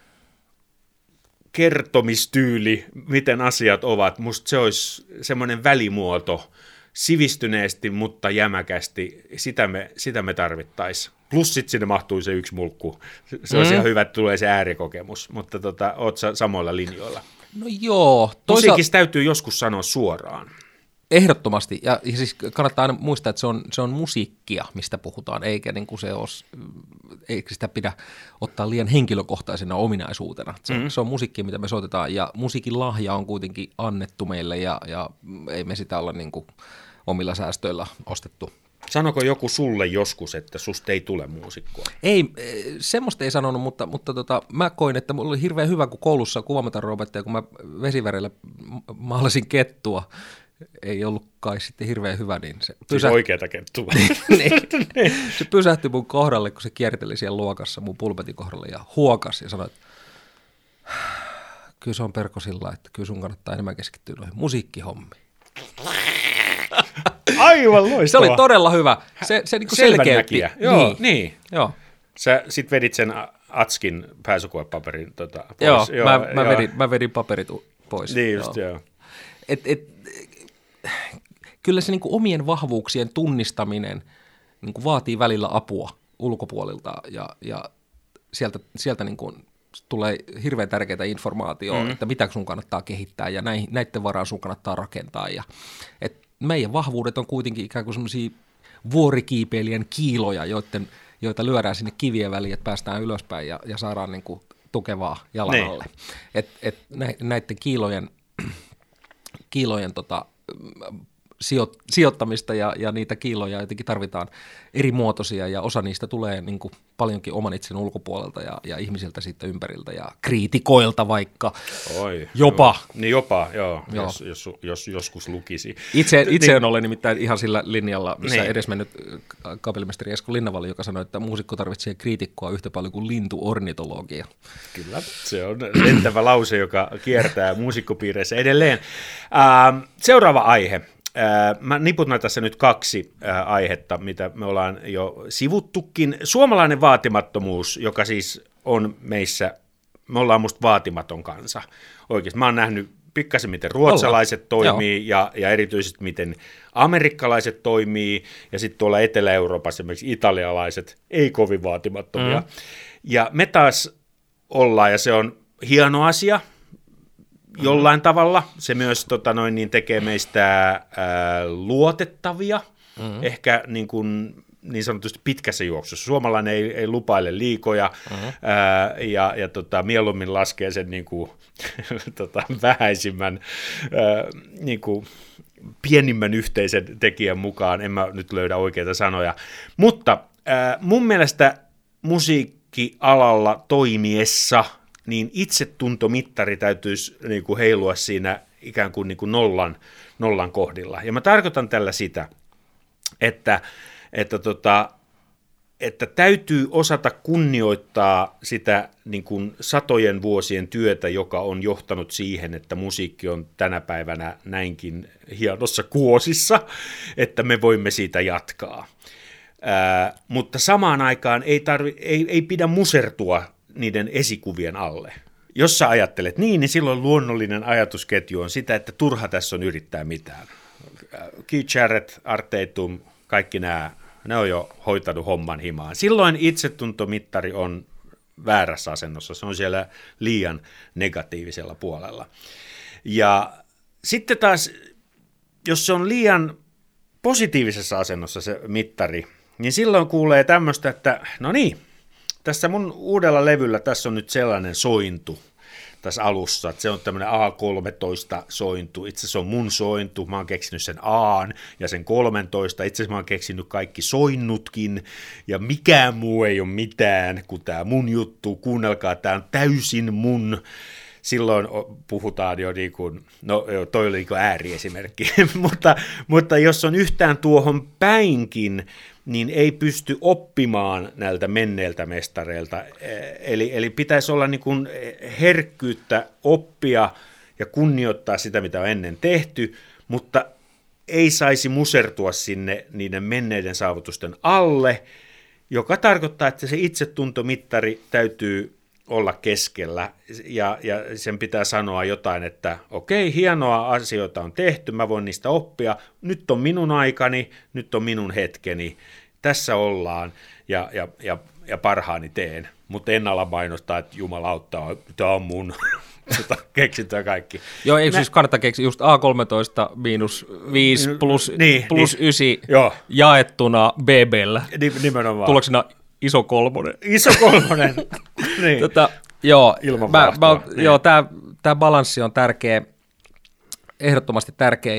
kertomistyyli, miten asiat ovat, musta se olisi semmoinen välimuoto, sivistyneesti, mutta jämäkästi, sitä me tarvittaisiin. Plus sitten sinne mahtuu se yksi mulkku. Se olisi ihan hyvä, että tulee se äärikokemus, mutta oot samoilla linjoilla. No joo. Musiikissa täytyy joskus sanoa suoraan. Ehdottomasti, ja siis kannattaa aina muistaa, että se on musiikkia, mistä puhutaan, eikä sitä pidä ottaa liian henkilökohtaisena ominaisuutena. Se on musiikkia, mitä me soitetaan, ja musiikin lahja on kuitenkin annettu meille, ja ei me sitä olla niin kuin omilla säästöillä ostettu. Sanoko joku sulle joskus, että susta ei tule muusikkoa? Ei, semmoista ei sanonut, mutta mä koin, että mulla oli hirveän hyvä, kun koulussa kuvamataroopettaja, kun mä vesivärillä maalasin kettua, ei ollut kai sitten hirveän hyvä, niin se siis oikeata kettua. Se pysähtyi mun kohdalle, kun se kierteli siellä luokassa mun pulpetin kohdalle ja huokasi ja sanoi, että kyllä se on perko sillä, että kyllä sun kannattaa enemmän keskittyä noihin musiikkihommiin. Aivan loistavaa. Se oli todella hyvä. Se niin kuin selkeytti. Joo, niin. Joo. Sä sit vedit sen Atskin pääsykoepaperin pois. Joo, mä vedin paperit pois. Niin just, joo. Kyllä se niin kuin omien vahvuuksien tunnistaminen niin kuin vaatii välillä apua ulkopuolelta ja sieltä niin kuin tulee hirveän tärkeää informaatiota, että mitä sun kannattaa kehittää ja näiden varaan sun kannattaa rakentaa. Meidän vahvuudet on kuitenkin ikään kuin semmoisia vuorikiipeilijän kiiloja, joita lyödään sinne kivien väliin, että päästään ylöspäin ja saadaan niin kuin tukevaa jalan alle. Näiden kiilojen sijoittamista ja niitä kiiloja jotenkin tarvitaan eri muotoisia ja osa niistä tulee niin kuin paljonkin oman itsen ulkopuolelta ja ihmisiltä siitä ympäriltä ja kriitikoilta vaikka jopa. Niin jopa, joo. Jos joskus lukisi. Itse en ole nimittäin ihan sillä linjalla, missä edesmennyt kapellimestari Esko Linnanvalli, joka sanoi, että muusikko tarvitsee kriitikkoa yhtä paljon kuin lintu ornitologia. Kyllä, se on lentävä lause, joka kiertää muusikkopiireissä edelleen. Seuraava aihe. Mä niputan tässä nyt 2 aihetta, mitä me ollaan jo sivuttukin. Suomalainen vaatimattomuus, joka siis on meissä, me ollaan musta vaatimaton kansa. Oikeasti mä oon nähnyt pikkasen, miten ruotsalaiset toimii ja erityisesti miten amerikkalaiset toimii ja sitten tuolla Etelä-Euroopassa esimerkiksi italialaiset ei kovin vaatimattomia. Ja me taas ollaan, ja se on hieno asia, jollain tavalla. Se myös tekee meistä luotettavia, ehkä niin sanotusti pitkässä juoksussa. Suomalainen ei lupaile liikoja ja mieluummin laskee sen vähäisimmän, pienimmän yhteisen tekijän mukaan. En mä nyt löydä oikeita sanoja. Mutta mun mielestä musiikkialalla toimiessa niin itsetuntomittari täytyisi heilua siinä ikään kuin, nollan kohdilla. Ja mä tarkoitan tällä sitä, että täytyy osata kunnioittaa sitä satojen vuosien työtä, joka on johtanut siihen, että musiikki on tänä päivänä näinkin hienossa kuosissa, että me voimme siitä jatkaa. Mutta samaan aikaan ei pidä musertua niiden esikuvien alle. Jos sä ajattelet niin silloin luonnollinen ajatusketju on sitä, että turha tässä on yrittää mitään. Keith Jarrett, Art Tatum, kaikki ne on jo hoitanut homman himaan. Silloin itsetuntomittari on väärässä asennossa, se on siellä liian negatiivisella puolella. Ja sitten taas, jos se on liian positiivisessa asennossa se mittari, niin silloin kuulee tämmöistä, että no niin, tässä mun uudella levyllä tässä on nyt sellainen sointu tässä alussa, että se on tämmöinen A13 sointu, itse asiassa se on mun sointu, mä oon keksinyt sen A:n ja sen 13, itse asiassa mä oon keksinyt kaikki soinnutkin, ja mikään muu ei ole mitään kuin tää mun juttu, kuunnelkaa, tää on täysin mun. Silloin puhutaan jo toi oli ääriesimerkki, mutta jos on yhtään tuohon päinkin, niin ei pysty oppimaan näiltä menneiltä mestareilta. Eli pitäisi olla herkkyyttä oppia ja kunnioittaa sitä, mitä on ennen tehty, mutta ei saisi musertua sinne niiden menneiden saavutusten alle, joka tarkoittaa, että se itsetuntomittari täytyy olla keskellä ja sen pitää sanoa jotain, että okei, hienoa asioita on tehty, mä voin niistä oppia, nyt on minun aikani, nyt on minun hetkeni, tässä ollaan ja parhaani teen, mutta en ala mainostaa, että Jumala auttaa, tämä on mun keksintöä kaikki. Joo, eikö siis kannattaa keksiä just A13 miinus 5 plus 9 jaettuna BB:llä. Nimenomaan. Tuloksena iso kolmonen. Iso kolmonen, niin. Joo, tämä balanssi on tärkeä, ehdottomasti tärkeä,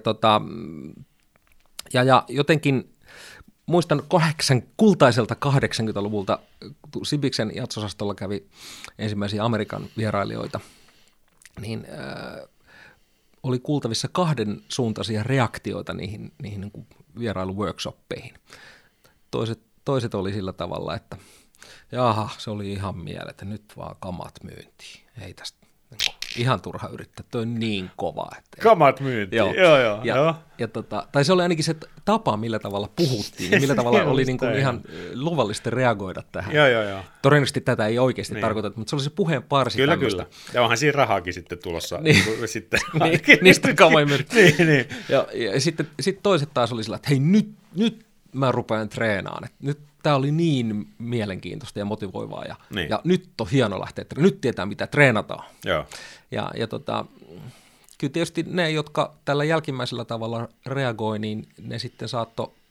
ja jotenkin muistan kultaiselta 80-luvulta, Sibiksen jatsosastolla kävi ensimmäisiä Amerikan vierailijoita, niin oli kuultavissa 2 suuntaisia reaktioita niihin niin kuin vierailuworkshoppeihin. Toiset oli sillä tavalla, että jaha, se oli ihan mieletön, nyt vaan kamat myyntiin. Ei tästä ihan turha yrittää, toi on niin kova. Että kamat myyntiin, joo. Tai se oli ainakin se tapa, millä tavalla puhuttiin ja millä tavalla oli niin kuin ihan luvallisesti reagoida tähän. Joo. Todennäköisesti tätä ei oikeasti tarkoita, mutta se oli se puheen parsi tämmöistä. Kyllä. Ja onhan siinä rahaakin sitten tulossa. Sitten. Niistä kamoin myyntiin. niin. Ja sitten toiset taas oli sillä, että hei nyt mä rupean treenaamaan. Nyt tämä oli niin mielenkiintoista ja motivoivaa ja nyt on hieno lähteä, nyt tietää mitä treenataan. Joo. Ja kyllä tietysti ne, jotka tällä jälkimmäisellä tavalla reagoi, niin ne sitten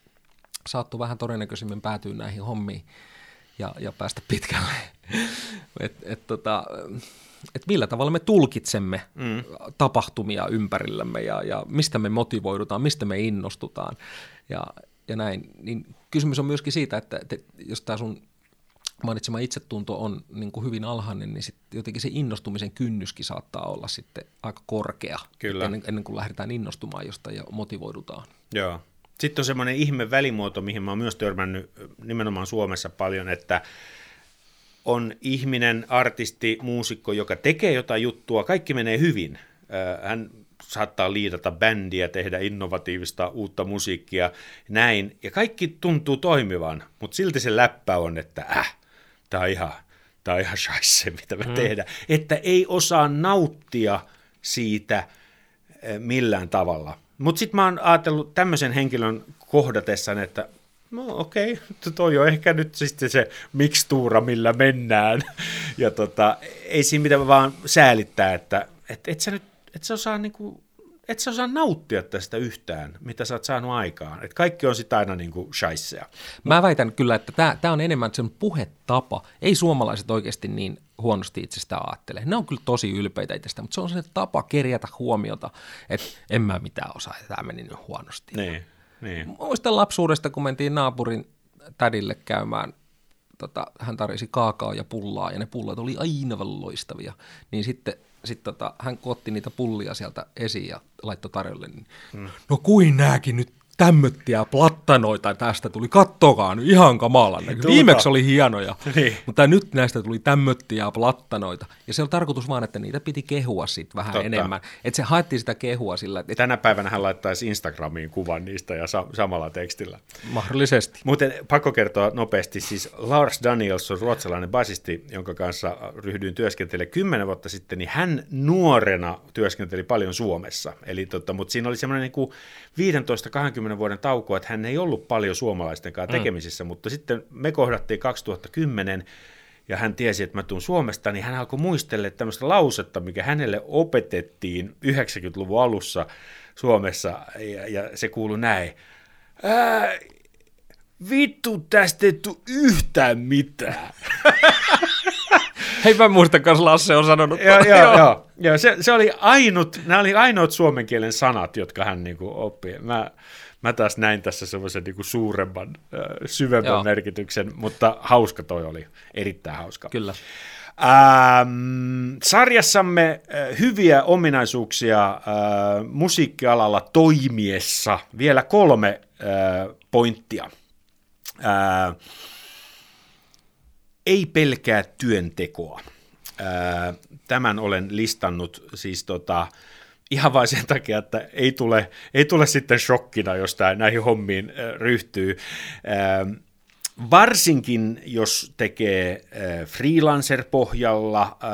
saattoi vähän todennäköisemmin päätyä näihin hommiin ja päästä pitkälle. että millä tavalla me tulkitsemme tapahtumia ympärillämme ja mistä me motivoidutaan, mistä me innostutaan ja näin. Niin kysymys on myöskin siitä, että jos tämä sun mainitsema itsetunto on niin kuin hyvin alhainen, niin sitten jotenkin se innostumisen kynnyskin saattaa olla sitten aika korkea, ennen kuin lähdetään innostumaan jostain ja motivoidutaan. Joo. Sitten on semmoinen ihme välimuoto, mihin mä oon myös törmännyt nimenomaan Suomessa paljon, että on ihminen, artisti, muusikko, joka tekee jotain juttua, kaikki menee hyvin. Hän saattaa liidata bändiä, tehdä innovatiivista uutta musiikkia, näin, ja kaikki tuntuu toimivan, mutta silti se läppä on, että tämä on ihan scheisse, mitä me tehdään, että ei osaa nauttia siitä millään tavalla. Mutta sitten mä oon ajatellut tämmöisen henkilön kohdatessaan, että no okei, toi on ehkä nyt sitten se mikstuura, millä mennään. Ja ei siinä mitään vaan säälittää, että et sä osaa nauttia tästä yhtään, mitä sä oot saanut aikaan. Että kaikki on sitten aina niinku scheisseja. Mä väitän kyllä, että tämä on enemmän sen puhetapa. Ei suomalaiset oikeasti niin huonosti itsestä ajattele. Ne on kyllä tosi ylpeitä itsestä, mutta se on se tapa kerjätä huomiota, että en mä mitään osaa, ja tämä meni nyt huonosti. Niin. Muistan lapsuudesta, kun mentiin naapurin tädille käymään, hän tarjosi kaakao ja pullaa, ja ne pullat oli aivan loistavia, niin sitten hän otti niitä pullia sieltä esiin ja laittoi tarjolle, niin no kuin nääkin nyt tämmöttiä plattanoita tästä tuli, kattokaa nyt ihan kamalan. Viimeksi oli hienoja, mutta nyt näistä tuli tämmöttiä plattanoita. Ja se on tarkoitus vaan, että niitä piti kehua sitten vähän enemmän. Että se haettiin sitä kehua sillä. Että tänä päivänä hän laittaisi Instagramiin kuvan niistä ja samalla tekstillä. Mahdollisesti. Muuten pakko kertoa nopeasti, siis Lars Daniels on ruotsalainen basisti, jonka kanssa ryhdyin työskentelemään 10 vuotta sitten, niin hän nuorena työskenteli paljon Suomessa. Eli mutta siinä oli semmoinen niin 15-20 vuoden tauko, että hän ei ollut paljon suomalaisten kanssa tekemisissä, mutta sitten me kohdattiin 2010, ja hän tiesi, että mä tuun Suomesta, niin hän alkoi muistella tämmöistä lausetta, mikä hänelle opetettiin 90-luvun alussa Suomessa, ja se kuului näin. Vittu, tästä ei tule yhtään mitään. Hei, mä muistan kanssa Lasse on sanonut. Joo. Se oli nämä oli ainoat suomen kielen sanat, jotka hän niinku oppi. Mä taas näin tässä semmoisen niinku suuremman, syvemmän merkityksen, mutta hauska toi oli, erittäin hauska. Kyllä. Sarjassamme hyviä ominaisuuksia musiikkialalla toimiessa. Vielä 3 pointtia. Ei pelkää työntekoa. Tämän olen listannut siis ihan vain sen takia, että ei tule sitten shokkina, jos näihin hommiin ryhtyy. Varsinkin, jos tekee freelancer-pohjalla,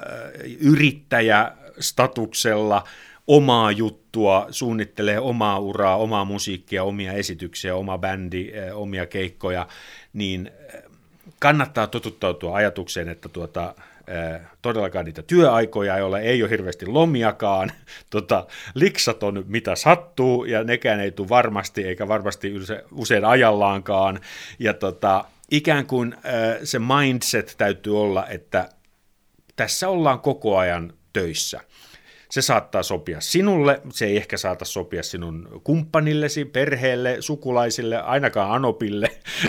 yrittäjästatuksella omaa juttua, suunnittelee omaa uraa, omaa musiikkia, omia esityksiä, oma bändi, omia keikkoja, niin kannattaa totuttautua ajatukseen, että todellakaan niitä työaikoja ei ole, ei ole hirveästi lomiakaan, liksat on mitä sattuu, ja nekään ei tule varmasti, eikä varmasti usein ajallaankaan, ja ikään kuin se mindset täytyy olla, että tässä ollaan koko ajan töissä. Se saattaa sopia sinulle, se ei ehkä saata sopia sinun kumppanillesi, perheelle, sukulaisille, ainakaan Anopille.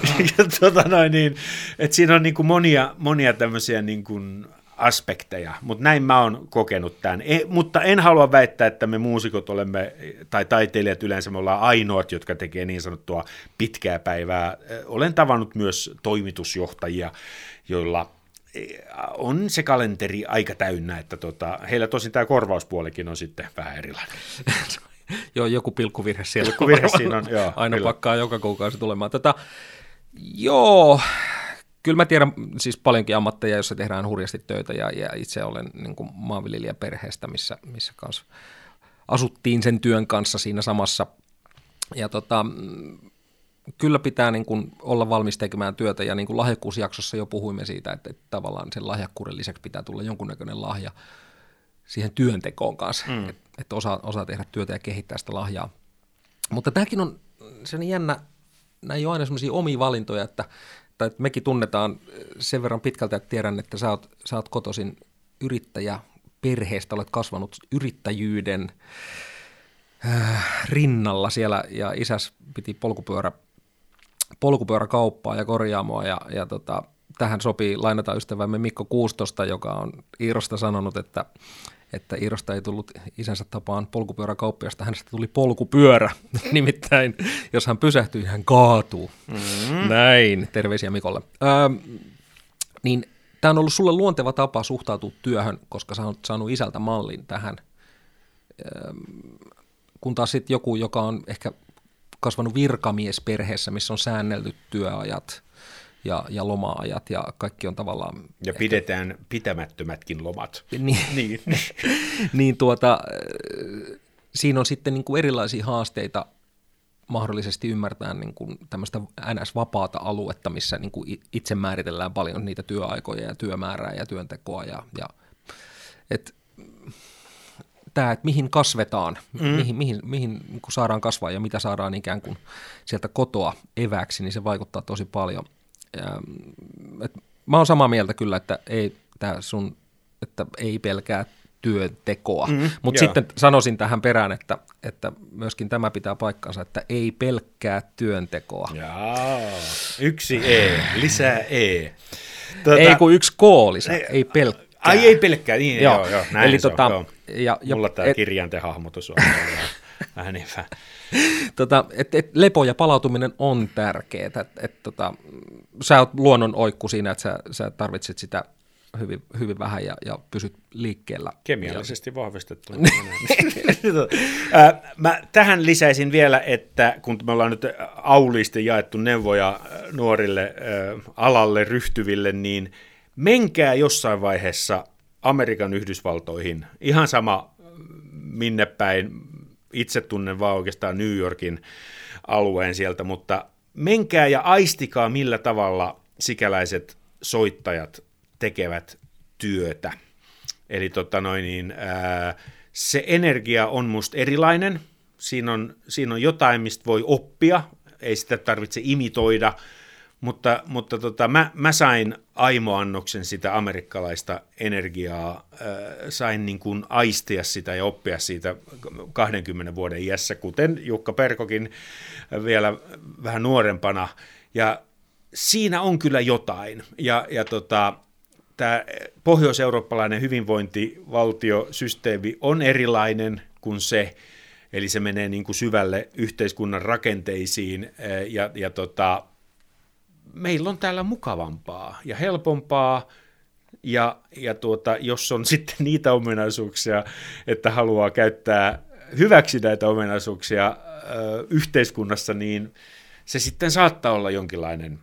Että siinä on niin kuin monia tämmöisiä niin kuin aspekteja, mutta näin mä oon kokenut tämän. Mutta en halua väittää, että me muusikot olemme, tai taiteilijat yleensä me ollaan ainoat, jotka tekee niin sanottua pitkää päivää. Olen tavannut myös toimitusjohtajia, joilla on se kalenteri aika täynnä, että heillä tosin tämä korvauspuolikin on sitten vähän erilainen. Joo, joku pilkkuvirhe siellä. Pilkkuvirhe siinä on, joo. Aina kyllä. Pakkaa joka kuukausi tulemaan. Joo, kyllä mä tiedän siis paljonkin ammatteja, joissa tehdään hurjasti töitä, ja itse olen niin kuin maanviljelijäperheestä, missä kanssa asuttiin sen työn kanssa siinä samassa, ja kyllä pitää niin kuin olla valmis tekemään työtä, ja niin kuin lahjakkuusjaksossa jo puhuimme siitä, että tavallaan sen lahjakkuuden lisäksi pitää tulla jonkunnäköinen lahja siihen työntekoon kanssa, että osaa tehdä työtä ja kehittää sitä lahjaa. Mutta tämäkin on jännä, nämä ei ole aina sellaisia omia valintoja, että tai mekin tunnetaan sen verran pitkältä, että tiedän, että sä oot kotoisin yrittäjäperheestä, olet kasvanut yrittäjyyden rinnalla siellä, ja isäs piti polkupyöräkauppaa ja korjaamoa, ja tähän sopii lainata ystävämme Mikko Kuustosta, joka on Iirosta sanonut, että Iirosta ei tullut isänsä tapaan polkupyöräkauppiasta, hänestä tuli polkupyörä. Nimittäin, jos hän pysähtyy, hän kaatuu. Näin, terveisiä Mikolle. Niin tämä on ollut sulle luonteva tapa suhtautua työhön, koska sä oot saanut isältä mallin tähän. Kun taas sitten joku, joka on ehkä kasvanut virkamiesperheessä, missä on säännelty työajat ja loma-ajat ja kaikki on tavallaan... Ja pidetään pitämättömätkin lomat. Niin. Niin siinä on sitten niin kuin erilaisia haasteita mahdollisesti ymmärtää niin kuin tämmöistä NS-vapaata aluetta, missä niin kuin itse määritellään paljon niitä työaikoja ja työmäärää ja työntekoa. Että mihin kasvetaan, mihin niin kuin saadaan kasvaa ja mitä saadaan ikään kuin sieltä kotoa evääksi, niin se vaikuttaa tosi paljon. Mä oon samaa mieltä kyllä, että ei pelkää työntekoa, mutta sitten sanoisin tähän perään, että myöskin tämä pitää paikkansa, että ei pelkkää työntekoa. Jaa, yksi lisää E. Ei kun yksi K lisää, ei pelkkää. Ai ei pelkkää, niin joo näin eli se on. Joo. Ja, mulla tämä kirjaintehahmotus on vähän niin vähän. Lepo ja palautuminen on tärkeää. Sä oot luonnon oikku siinä, että sä tarvitset sitä hyvin vähän ja pysyt liikkeellä. Kemiallisesti vahvistettu. Mä tähän lisäisin vielä, että kun me ollaan nyt auliisti jaettu neuvoja nuorille alalle ryhtyville, niin menkää jossain vaiheessa Amerikan Yhdysvaltoihin. Ihan sama minne päin. Itse tunnen vaan oikeastaan New Yorkin alueen sieltä, mutta menkää ja aistikaa, millä tavalla sikäläiset soittajat tekevät työtä. Eli se energia on musta erilainen. Siinä on jotain, mistä voi oppia. Ei sitä tarvitse imitoida, mutta mä sain aimoannoksen sitä amerikkalaista energiaa, sain niin kuin aistia sitä ja oppia siitä 20 vuoden iässä, kuten Jukka Perkokin vielä vähän nuorempana, ja siinä on kyllä jotain, ja tämä pohjois-eurooppalainen hyvinvointivaltiosysteemi on erilainen kuin se, eli se menee niin kuin syvälle yhteiskunnan rakenteisiin, ja meillä on täällä mukavampaa ja helpompaa, ja jos on sitten niitä ominaisuuksia, että haluaa käyttää hyväksi näitä ominaisuuksia yhteiskunnassa, niin se sitten saattaa olla jonkinlainen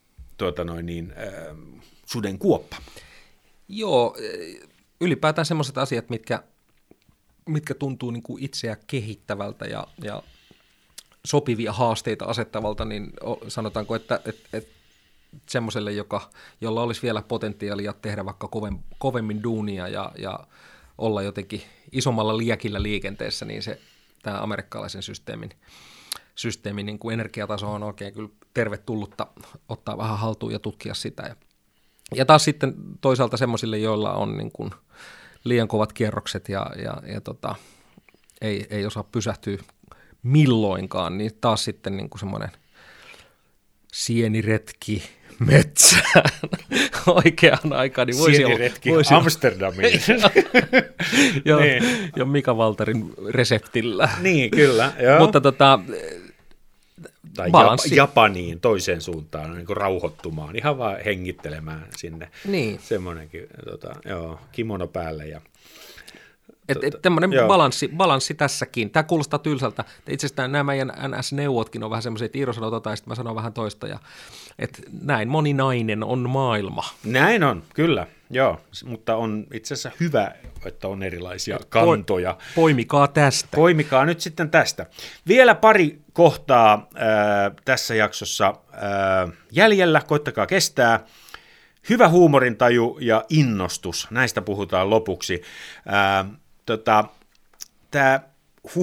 sudenkuoppa. Joo, ylipäätään sellaiset asiat, mitkä tuntuu niin kuin itseä kehittävältä ja sopivia haasteita asettavalta, niin sanotaanko, että semmoiselle, jolla olisi vielä potentiaalia tehdä vaikka kovemmin duunia ja olla jotenkin isommalla liekillä liikenteessä, niin tämä amerikkalaisen systeemin niin kuin energiataso on oikein kyllä tervetullutta ottaa vähän haltuun ja tutkia sitä. Ja taas sitten toisaalta semmoisille, joilla on niin kuin liian kovat kierrokset ja ei osaa pysähtyä milloinkaan, niin taas sitten niin kuin semmoinen sieniretki metsään oikeaan aikaan. Niin sieniretki Amsterdamiin. Jo Mika Walterin reseptillä. Niin, kyllä. Joo. Mutta tai Japaniin toiseen suuntaan, niin kuin rauhoittumaan, ihan vaan hengittelemään sinne. Niin. Semmoinenkin, kimono päälle ja... Tämmöinen balanssi tässäkin. Tämä kuulostaa tylsältä. Itse asiassa nämä meidän NS-neuvotkin on vähän semmoisia, että Iiro sanoo ja sitten mä sanon vähän toista. Että näin moninainen on maailma. Näin on, kyllä. Joo, mutta on itse asiassa hyvä, että on erilaisia kantoja. Poimikaa tästä. Poimikaa nyt sitten tästä. Vielä pari kohtaa tässä jaksossa jäljellä. Koittakaa kestää. Hyvä huumorintaju ja innostus, näistä puhutaan lopuksi. Tämä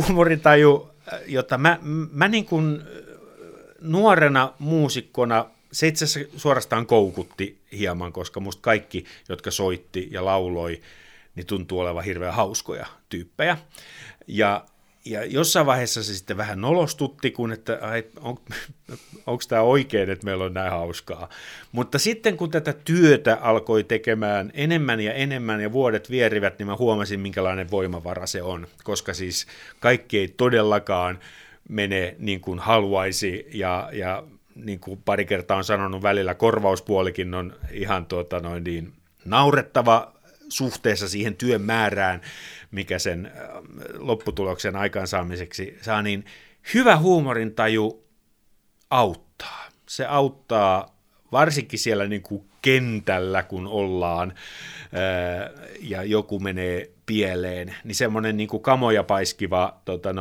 huumorintaju, jota mä niin kuin nuorena muusikkona se itse asiassa suorastaan koukutti hieman, koska musta kaikki, jotka soitti ja lauloi, niin tuntuu olevan hirveän hauskoja tyyppejä. Ja jossain vaiheessa se sitten vähän nolostutti, kun että onko tämä oikein, että meillä on näin hauskaa. Mutta sitten kun tätä työtä alkoi tekemään enemmän ja vuodet vierivät, niin mä huomasin, minkälainen voimavara se on. Koska siis kaikki ei todellakaan mene niin kuin haluaisi ja niin kuin pari kertaa on sanonut välillä, korvauspuolikin on ihan naurettava suhteessa siihen työn määrään, mikä sen lopputuloksen aikaansaamiseksi saa, niin hyvä huumorintaju auttaa. Se auttaa varsinkin siellä niin kuin kentällä, kun ollaan ja joku menee pieleen, niin semmoinen niin kuin kamoja paiskiva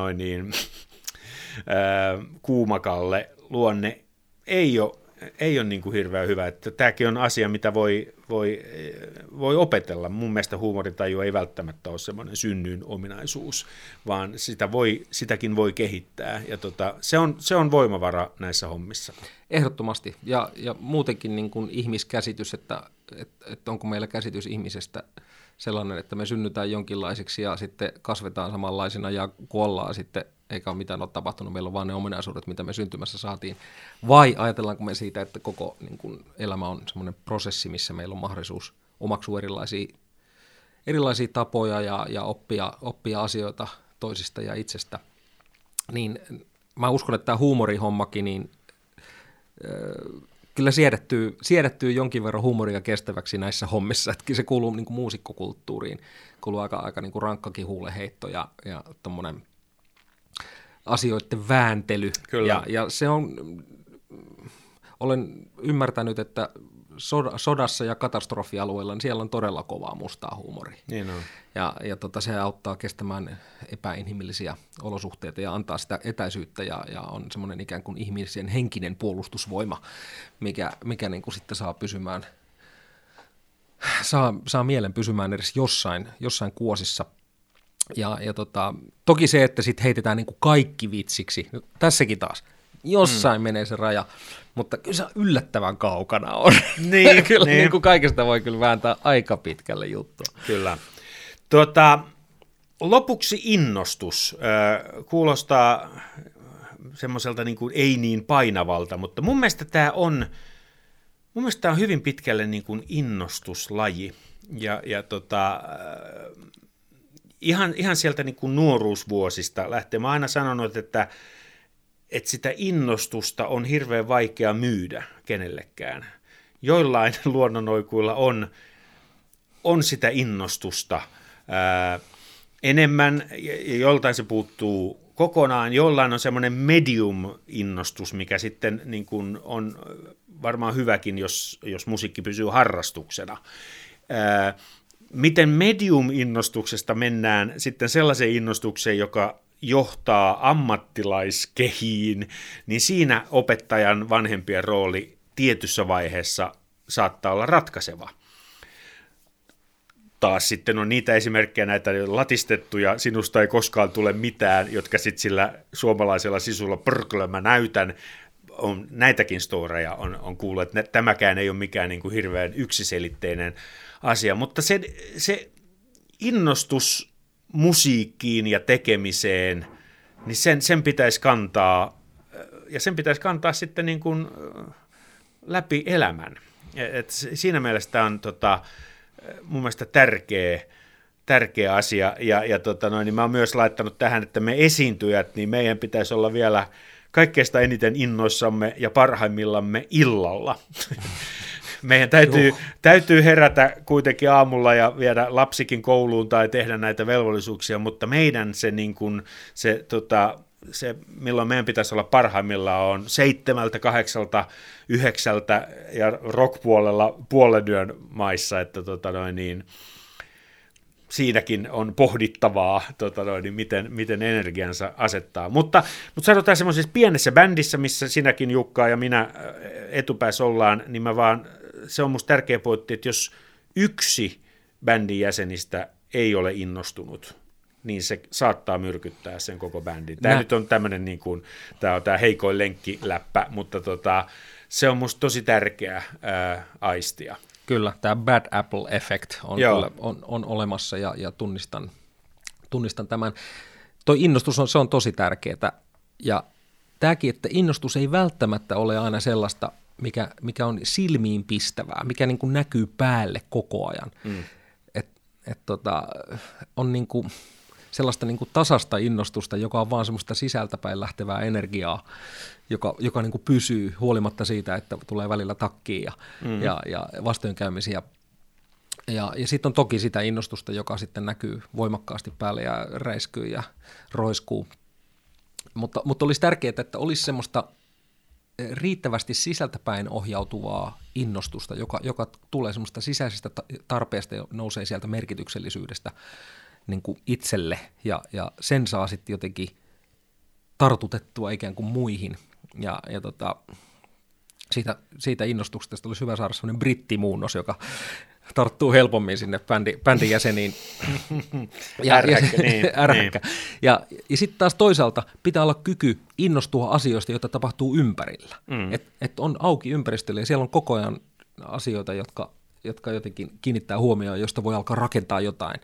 kuumakalle luonne ei ole niin kuin hirveän hyvä. Että tämäkin on asia, mitä voi opetella. Mun mielestä huumorintaju ei välttämättä ole semmoinen synnyin ominaisuus, vaan sitäkin voi kehittää. Ja se on voimavara näissä hommissa. Ehdottomasti. Ja muutenkin niin kuin ihmiskäsitys, että onko meillä käsitys ihmisestä sellainen, että me synnytään jonkinlaisiksi ja sitten kasvetaan samanlaisina ja kuollaan sitten, eikä ole mitään ole tapahtunut, meillä on vaan ne ominaisuudet, mitä me syntymässä saatiin. Vai ajatellaanko me siitä, että koko niin kuin elämä on semmoinen prosessi, missä meillä on mahdollisuus omaksua erilaisia tapoja ja oppia asioita toisista ja itsestä. Niin mä uskon, että tämä huumorihommakin, niin kyllä siedettyy jonkin verran huumoria kestäväksi näissä hommissa, että se kuuluu niin kuin muusikkokulttuuriin, kuuluu aika niin kuin rankkakin huuleheitto ja tommoinen asioiden vääntely. Kyllä. Ja se on, olen ymmärtänyt, että sodassa ja katastrofialueilla, niin siellä on todella kovaa mustaa huumoria. Niin on. Ja se auttaa kestämään epäinhimillisiä olosuhteita ja antaa sitä etäisyyttä ja on semmoinen ikään kuin ihmisen henkinen puolustusvoima, mikä niin kuin sitten saa pysymään, saa mielen pysymään edes jossain kuosissa. Ja toki se, että sitten heitetään niin kuin kaikki vitsiksi, tässäkin taas, jossain menee se raja, mutta kyllä se yllättävän kaukana on. Niin, kyllä niin kuin kaikesta voi kyllä vääntää aika pitkälle juttua. Kyllä. Lopuksi innostus. Kuulostaa semmoiselta niin kuin ei niin painavalta, mutta mun mielestä tämä on hyvin pitkälle niin kuin innostuslaji. Ihan sieltä niin kuin nuoruusvuosista lähtee. Mä oon aina sanonut, että sitä innostusta on hirveän vaikea myydä kenellekään. Joillain luonnonoikuilla on sitä innostusta enemmän, ja joltain se puuttuu kokonaan. Jollain on semmoinen medium-innostus, mikä sitten niin kuin on varmaan hyväkin, jos musiikki pysyy harrastuksena. Miten medium-innostuksesta mennään sitten sellaiseen innostukseen, joka johtaa ammattilaiskehiin, niin siinä opettajan vanhempien rooli tietyssä vaiheessa saattaa olla ratkaiseva. Taas sitten on niitä esimerkkejä, näitä latistettuja, sinusta ei koskaan tule mitään, jotka sitten sillä suomalaisella sisulla mä näytän, on näitäkin storeja on kuullut, että tämäkään ei ole mikään niin kuin hirveän yksiselitteinen asia, mutta se innostus musiikkiin ja tekemiseen, niin sen pitäisi kantaa, ja sen pitäisi kantaa sitten niin kuin läpi elämän. Et siinä mielessä tämä on mun mielestä tärkeä asia, niin mä oon myös laittanut tähän, että me esiintyjät, niin meidän pitäisi olla vielä kaikkein eniten innoissamme ja parhaimmillamme illalla. Meidän täytyy herätä kuitenkin aamulla ja viedä lapsikin kouluun tai tehdä näitä velvollisuuksia, mutta meidän se milloin meidän pitäisi olla parhaimmillaan on 7, 8, 9 ja rock-puolella puolen yön maissa, että siinäkin on pohdittavaa, miten energiansa asettaa. Mutta sanotaan semmoisessa pienessä bändissä, missä sinäkin Jukka ja minä etupäässä ollaan, niin se on musta tärkeä pointti, että jos yksi bändin jäsenistä ei ole innostunut, niin se saattaa myrkyttää sen koko bändin. Tämä nyt on tämmöinen, niin kuin, tämä on tämä heikoin lenkkiläppä, mutta Se on musta tosi tärkeä aistia. Kyllä, tämä bad apple effect on olemassa ja tunnistan tämän. Toi innostus se on tosi tärkeää ja tämäkin, että innostus ei välttämättä ole aina sellaista, mikä on silmiin pistävää, mikä niin kuin näkyy päälle koko ajan. On niin kuin sellaista niin kuin tasasta innostusta, joka on vaan semmoista sisältäpäin lähtevää energiaa, joka niin kuin pysyy huolimatta siitä, että tulee välillä takkiin ja vastoinkäymisiä. Ja sitten on toki sitä innostusta, joka sitten näkyy voimakkaasti päälle ja räiskyy ja roiskuu. Mutta olisi tärkeää, että olisi semmoista riittävästi sisältäpäin ohjautuvaa innostusta, joka tulee semmoista sisäisestä tarpeesta ja nousee sieltä merkityksellisyydestä niin kuin itselle, ja sen saa sitten jotenkin tartutettua ikään kuin muihin. Siitä innostuksesta olisi hyvä saada semmoinen brittimuunnos, joka tarttuu helpommin sinne bändin jäseniin. Ärhäkkä. Ja sitten taas toisaalta pitää olla kyky innostua asioista, joita tapahtuu ympärillä. Et on auki ympäristölle ja siellä on koko ajan asioita, jotka jotenkin kiinnittää huomioon, josta voi alkaa rakentaa jotain.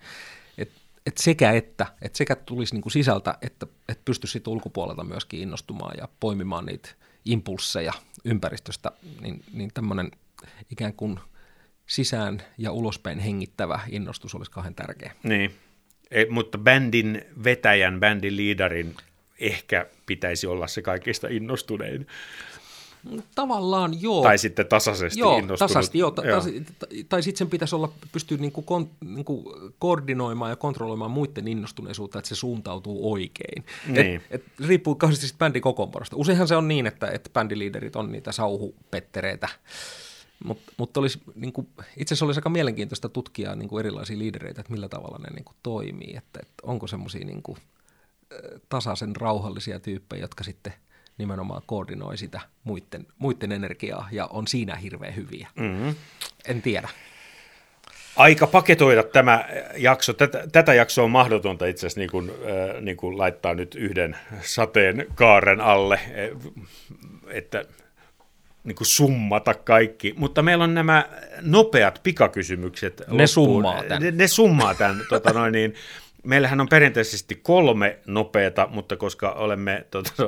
Et sekä tulisi niinku sisältä, että pystyisi sitten ulkopuolelta myöskin innostumaan ja poimimaan niitä impulsseja ympäristöstä, niin tämmöinen ikään kuin sisään ja ulospäin hengittävä innostus olisi kauhean tärkeä. Niin, mutta bändin vetäjän, bändin liidarin ehkä pitäisi olla se kaikista innostunein. Tavallaan joo. Tai sitten tasaisesti innostunut. Tasaisesti, tai sitten sen pitäisi pystyä niinku koordinoimaan ja kontrolloimaan muiden innostuneisuutta, että se suuntautuu oikein. Niin. Riippuu kauheasti sitten bändin kokoonpanosta. Useinhan se on niin, että bändiliiderit on niitä sauhupettereitä. Mutta itse asiassa olisi aika mielenkiintoista tutkia erilaisia liidereitä, että millä tavalla ne toimii, että onko semmoisia tasaisen rauhallisia tyyppejä, jotka sitten nimenomaan koordinoi sitä muiden energiaa ja on siinä hirveän hyviä. Mm-hmm. En tiedä. Aika paketoida tämä jakso. Tätä jaksoa on mahdotonta itse asiassa niin kuin laittaa nyt yhden sateenkaaren alle, että niin kuin summata kaikki, mutta meillä on nämä nopeat pikakysymykset. Ne summaa tämän. Meillähän on perinteisesti 3 nopeata, mutta koska olemme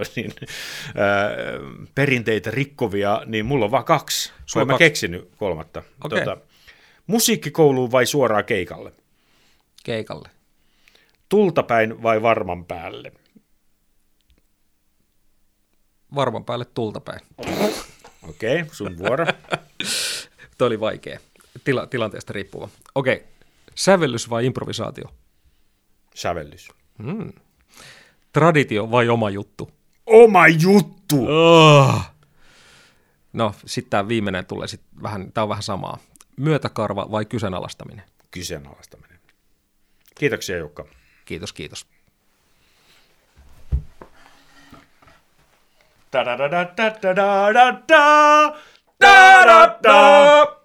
perinteitä rikkovia, niin mulla on vaan 2. Olen mä keksinyt 3. Okay. Musiikkikouluun vai suoraan keikalle? Keikalle. Tultapäin vai varman päälle? Varman päälle tultapäin. Okei, sun vuoro. Tuo oli vaikea. Tilanteesta riippuva. Okei, sävellys vai improvisaatio? Sävellys. Traditio vai oma juttu? Oma juttu! Oh. No, sitten tämä viimeinen tulee vähän, tämä on vähän samaa. Myötäkarva vai kyseenalaistaminen? Kyseenalaistaminen. Kiitoksia, Jukka. Kiitos. Da da da da da da da da da da da.